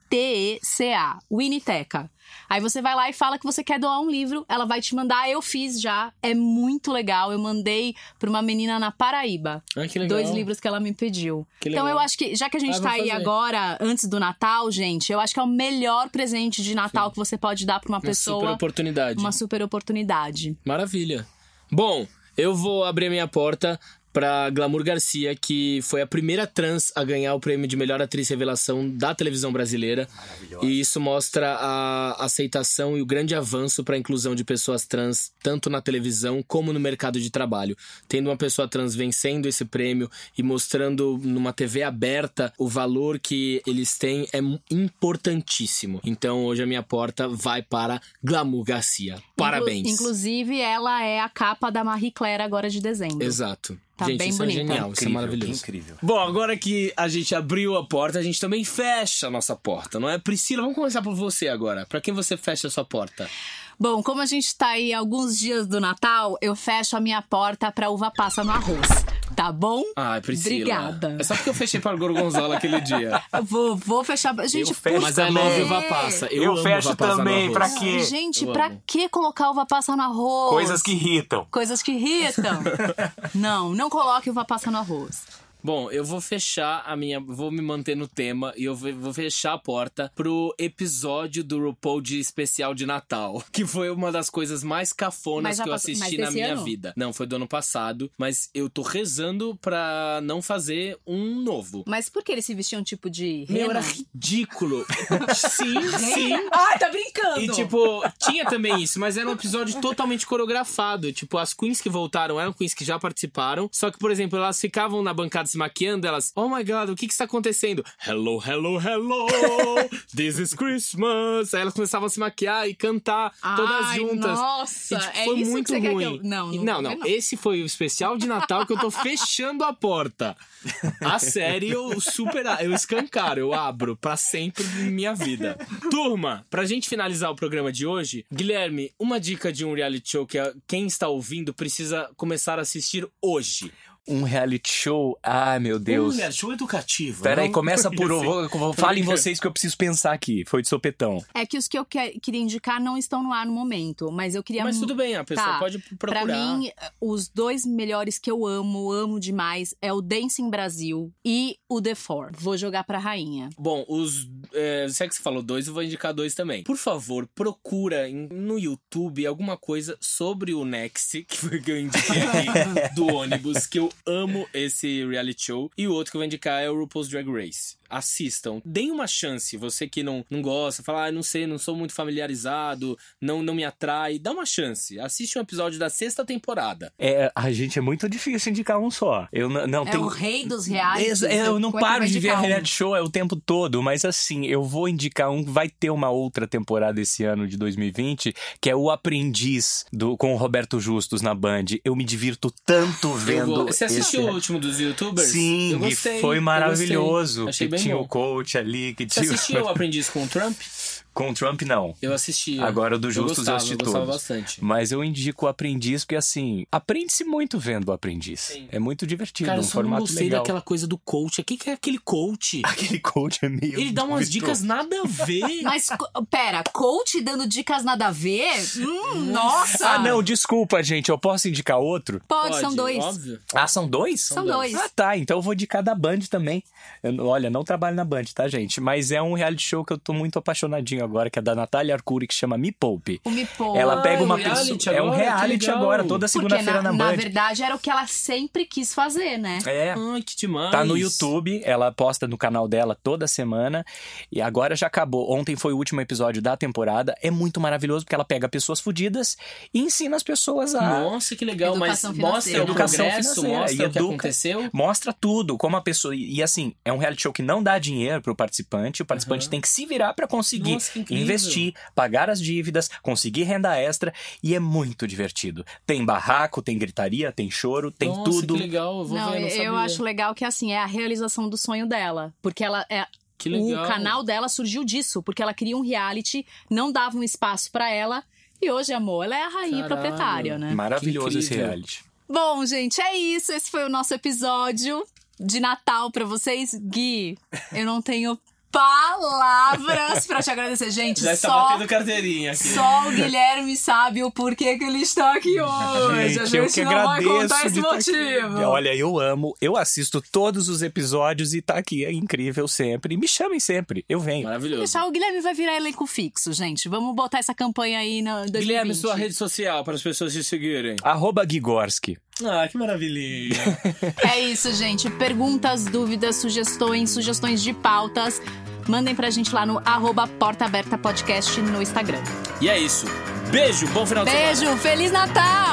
S2: T E C A, Winiteca. Aí você vai lá e fala que você quer doar um livro, ela vai te mandar. Eu fiz já, é muito legal. Eu mandei pra uma menina na Paraíba.
S1: Ah, que legal.
S2: Dois livros que ela me pediu.
S1: Que
S2: então
S1: legal.
S2: eu acho que, já que a gente
S1: Ah,
S2: tá
S1: vou
S2: aí
S1: fazer.
S2: agora, antes do Natal, gente, eu acho que é o melhor presente de Natal
S1: Sim.
S2: que você pode dar pra uma,
S1: Uma
S2: pessoa.
S1: super oportunidade.
S2: Uma super oportunidade.
S1: Maravilha. Bom, eu vou abrir a minha porta pra Glamour Garcia, que foi a primeira trans a ganhar o prêmio de melhor atriz revelação da televisão brasileira. E isso mostra a aceitação e o grande avanço para a inclusão de pessoas trans, tanto na televisão como no mercado de trabalho. Tendo uma pessoa trans vencendo esse prêmio e mostrando numa T V aberta o valor que eles têm é importantíssimo. Então hoje a minha porta vai para Glamour Garcia. Parabéns.
S2: Inclu- inclusive, ela é a capa da Marie Claire agora de dezembro.
S1: Exato.
S2: Tá
S1: Gente,
S2: bem
S1: isso
S2: bonita.
S1: é genial, isso é
S3: Incrível,
S1: maravilhoso.
S3: incrível.
S1: Bom, agora que a gente abriu a porta, a gente também fecha a nossa porta, não é? Priscila, vamos começar por você agora. Pra quem você fecha a sua porta?
S2: Bom, como a gente tá aí alguns dias do Natal, eu fecho a minha porta pra uva passa no arroz. Tá bom?
S1: Ai, Priscila.
S2: Obrigada.
S1: É só porque eu fechei para o Gorgonzola aquele dia.
S2: Eu vou, vou fechar. Gente,
S3: Eu fecho
S2: por
S1: Mas é
S3: também.
S1: nova
S2: quê?
S1: uva passa. Eu,
S3: Eu
S1: amo
S3: fecho
S1: uva passa
S3: também,
S1: no
S3: pra
S1: arroz.
S3: quê?
S2: Gente,
S1: Eu
S2: pra
S1: amo.
S2: que colocar uva passa no arroz?
S3: Coisas que irritam.
S2: Coisas que irritam. Não, não coloque uva passa no arroz.
S1: Bom, eu vou fechar a minha... Vou me manter no tema e eu vou vou fechar a porta pro episódio do RuPaul de especial de Natal. Que foi uma das coisas mais cafonas
S2: Mas já
S1: que eu
S2: passou-
S1: assisti
S2: mas
S1: na
S2: desse
S1: minha
S2: ano?
S1: vida. Não, foi do ano passado. Mas eu tô rezando pra não fazer um novo.
S2: Mas por que eles se vestiam tipo de rena?
S1: Meu, era ridículo. Sim, sim.
S2: Ai, tá brincando!
S1: E, tipo, tinha também isso, mas era um episódio totalmente coreografado. Tipo, as queens que voltaram eram queens que já participaram. Só que, por exemplo, elas ficavam na bancada se maquiando, elas... Oh my God, o que que está acontecendo? Hello, hello, hello, this is Christmas. Aí elas começavam a se maquiar e cantar todas
S2: Ai,
S1: juntas.
S2: nossa,
S1: E, tipo,
S2: é
S1: foi
S2: isso
S1: muito
S2: que você quer
S1: ruim.
S2: que eu- Não,
S1: E-
S2: não
S1: não,
S2: vou
S1: não,
S2: ver, não.
S1: esse foi o especial de Natal que eu tô fechando a porta. A série eu super... Eu escancaro, eu abro pra sempre em minha vida. Turma, pra gente finalizar o programa de hoje, Guilherme, uma dica de um reality show que a- quem está ouvindo precisa começar a assistir hoje.
S3: Um reality show? Ai, meu
S1: Um
S3: Deus.
S1: reality show educativo.
S3: Peraí,
S1: não?
S3: começa por...
S1: Assim.
S3: vou- vou- Falem vocês que eu preciso pensar aqui. Foi de sopetão.
S2: É que os que eu que- queria indicar não estão no ar no momento, mas eu queria...
S1: Mas
S2: mu-
S1: tudo bem, a pessoa
S2: Tá.
S1: pode procurar.
S2: Pra mim, os dois melhores que eu amo, amo demais, é o Dancing Brasil e o The Four. Vou jogar pra rainha.
S1: Bom, os. É, já que você falou dois, eu vou indicar dois também. Por favor, procura em- no YouTube alguma coisa sobre o Next, que foi o que eu indiquei aqui, do ônibus, que eu amo esse reality show. E o outro que eu vou indicar é o RuPaul's Drag Race. Assistam, deem uma chance. Você que não, não gosta, fala, ah, não sei, não sou muito familiarizado, não, não me atrai, dá uma chance. Assiste um episódio da sexta temporada.
S3: É, a gente é muito difícil indicar um só. Eu não, não
S2: É
S3: tenho...
S2: o rei dos realities.
S3: Exa- Eu não
S2: Como é que
S3: paro
S2: vai
S3: de ver
S2: indicar um?
S3: reality show é o tempo todo, mas assim, eu vou indicar um, vai ter uma outra temporada esse ano de dois mil e vinte, que é O Aprendiz, do, com o Roberto Justus na Band. Eu me divirto tanto
S1: Eu
S3: vendo
S1: vou- Você assistiu
S3: esse...
S1: o último dos YouTubers?
S3: Sim,
S1: eu gostei,
S3: e foi
S1: eu
S3: maravilhoso.
S1: gostei. Achei
S3: que
S1: bem
S3: tinha
S1: bom.
S3: o coach ali, que
S1: Você
S3: tinha...
S1: assistiu o Aprendiz com o Trump?
S3: Com o Trump, não.
S1: Eu assisti.
S3: Agora o do
S1: eu
S3: Justus
S1: gostava,
S3: eu assisti
S1: eu gostava
S3: todos.
S1: bastante.
S3: Mas eu indico o Aprendiz, porque assim, aprende-se muito vendo o Aprendiz.
S1: Sim.
S3: É muito divertido,
S1: Cara,
S3: um
S1: eu só não
S3: formato
S1: gostei
S3: legal.
S1: daquela coisa do coach. O que, que é aquele coach?
S3: Aquele coach é meio...
S1: Ele dá umas
S3: duvidoso.
S1: dicas nada a ver.
S2: Mas, co- pera, coach dando dicas nada a ver? Hum, nossa!
S3: Ah, não, desculpa, gente. Eu posso indicar outro?
S2: Pode, são dois.
S1: Óbvio.
S3: Ah, são dois?
S2: São dois.
S3: Ah, tá. Então eu vou indicar da Band também. Eu, olha, não trabalho na Band, tá, gente? Mas é um reality show que eu tô muito apaixonadinho agora, que é da Natália Arcuri, que chama Me Poupe.
S2: O Me Poupe.
S3: Ela pega uma
S1: um reality
S3: pessoa... É um
S1: agora? Que
S3: reality
S1: legal.
S3: agora, toda
S2: Porque
S3: segunda-feira
S2: na,
S3: na,
S2: na
S3: Band.
S2: verdade era o que ela sempre quis fazer, né?
S3: É.
S1: Ai, que demais.
S3: Tá no YouTube, ela posta no canal dela toda semana. E agora já acabou. Ontem foi o último episódio da temporada. É muito maravilhoso, porque ela pega pessoas fodidas e ensina as pessoas a...
S1: Nossa, que legal.
S2: Educação
S1: Mas mostra
S2: financeira.
S1: o
S3: Educação
S1: progresso,
S3: financeira.
S1: mostra
S3: E
S1: o que
S3: educa-
S1: aconteceu.
S3: Mostra tudo, como a pessoa... E e, assim, é um reality show que não dá dinheiro pro participante. O participante
S1: Uhum.
S3: tem que se virar pra conseguir
S1: Nossa, que incrível.
S3: investir, pagar as dívidas, conseguir renda extra. E é muito divertido. Tem barraco, tem gritaria, tem choro, tem
S1: Nossa,
S3: tudo.
S1: que legal. Eu vou
S2: não,
S1: ver, não
S2: eu
S1: sabia.
S2: acho legal que assim, é a realização do sonho dela. Porque ela é.
S1: Que legal.
S2: O canal dela surgiu disso, porque ela queria um reality, não dava um espaço pra ela. E hoje, amor, ela é a rainha
S1: Caralho.
S2: proprietária, né?
S3: Maravilhoso
S1: Que
S3: esse
S1: incrível.
S3: reality.
S2: Bom, gente, é isso. Esse foi o nosso episódio de Natal pra vocês. Gui, eu não tenho palavras pra te agradecer. Gente,
S1: Já está
S2: só,
S1: batendo carteirinha aqui.
S2: só o Guilherme sabe o porquê que ele está aqui hoje.
S3: Gente,
S2: a
S3: eu
S2: gente
S3: que
S2: não vai
S3: agradeço
S2: contar esse
S3: de tá
S2: motivo.
S3: aqui. Olha, eu amo, eu assisto todos os episódios e tá aqui, é incrível sempre. Me chamem sempre, eu venho.
S1: Maravilhoso.
S2: Deixar, o Guilherme vai virar elenco fixo, gente. Vamos botar essa campanha aí no dois mil e vinte.
S1: Guilherme, sua rede social para as pessoas te seguirem.
S3: Arroba Gigorski.
S1: Ah, que maravilhinha.
S2: É isso, gente. Perguntas, dúvidas, sugestões, sugestões de pautas. Mandem pra gente lá no arroba Porta Aberta Podcast no Instagram.
S1: E é isso. Beijo, bom final de semana.
S2: Beijo, Feliz Natal!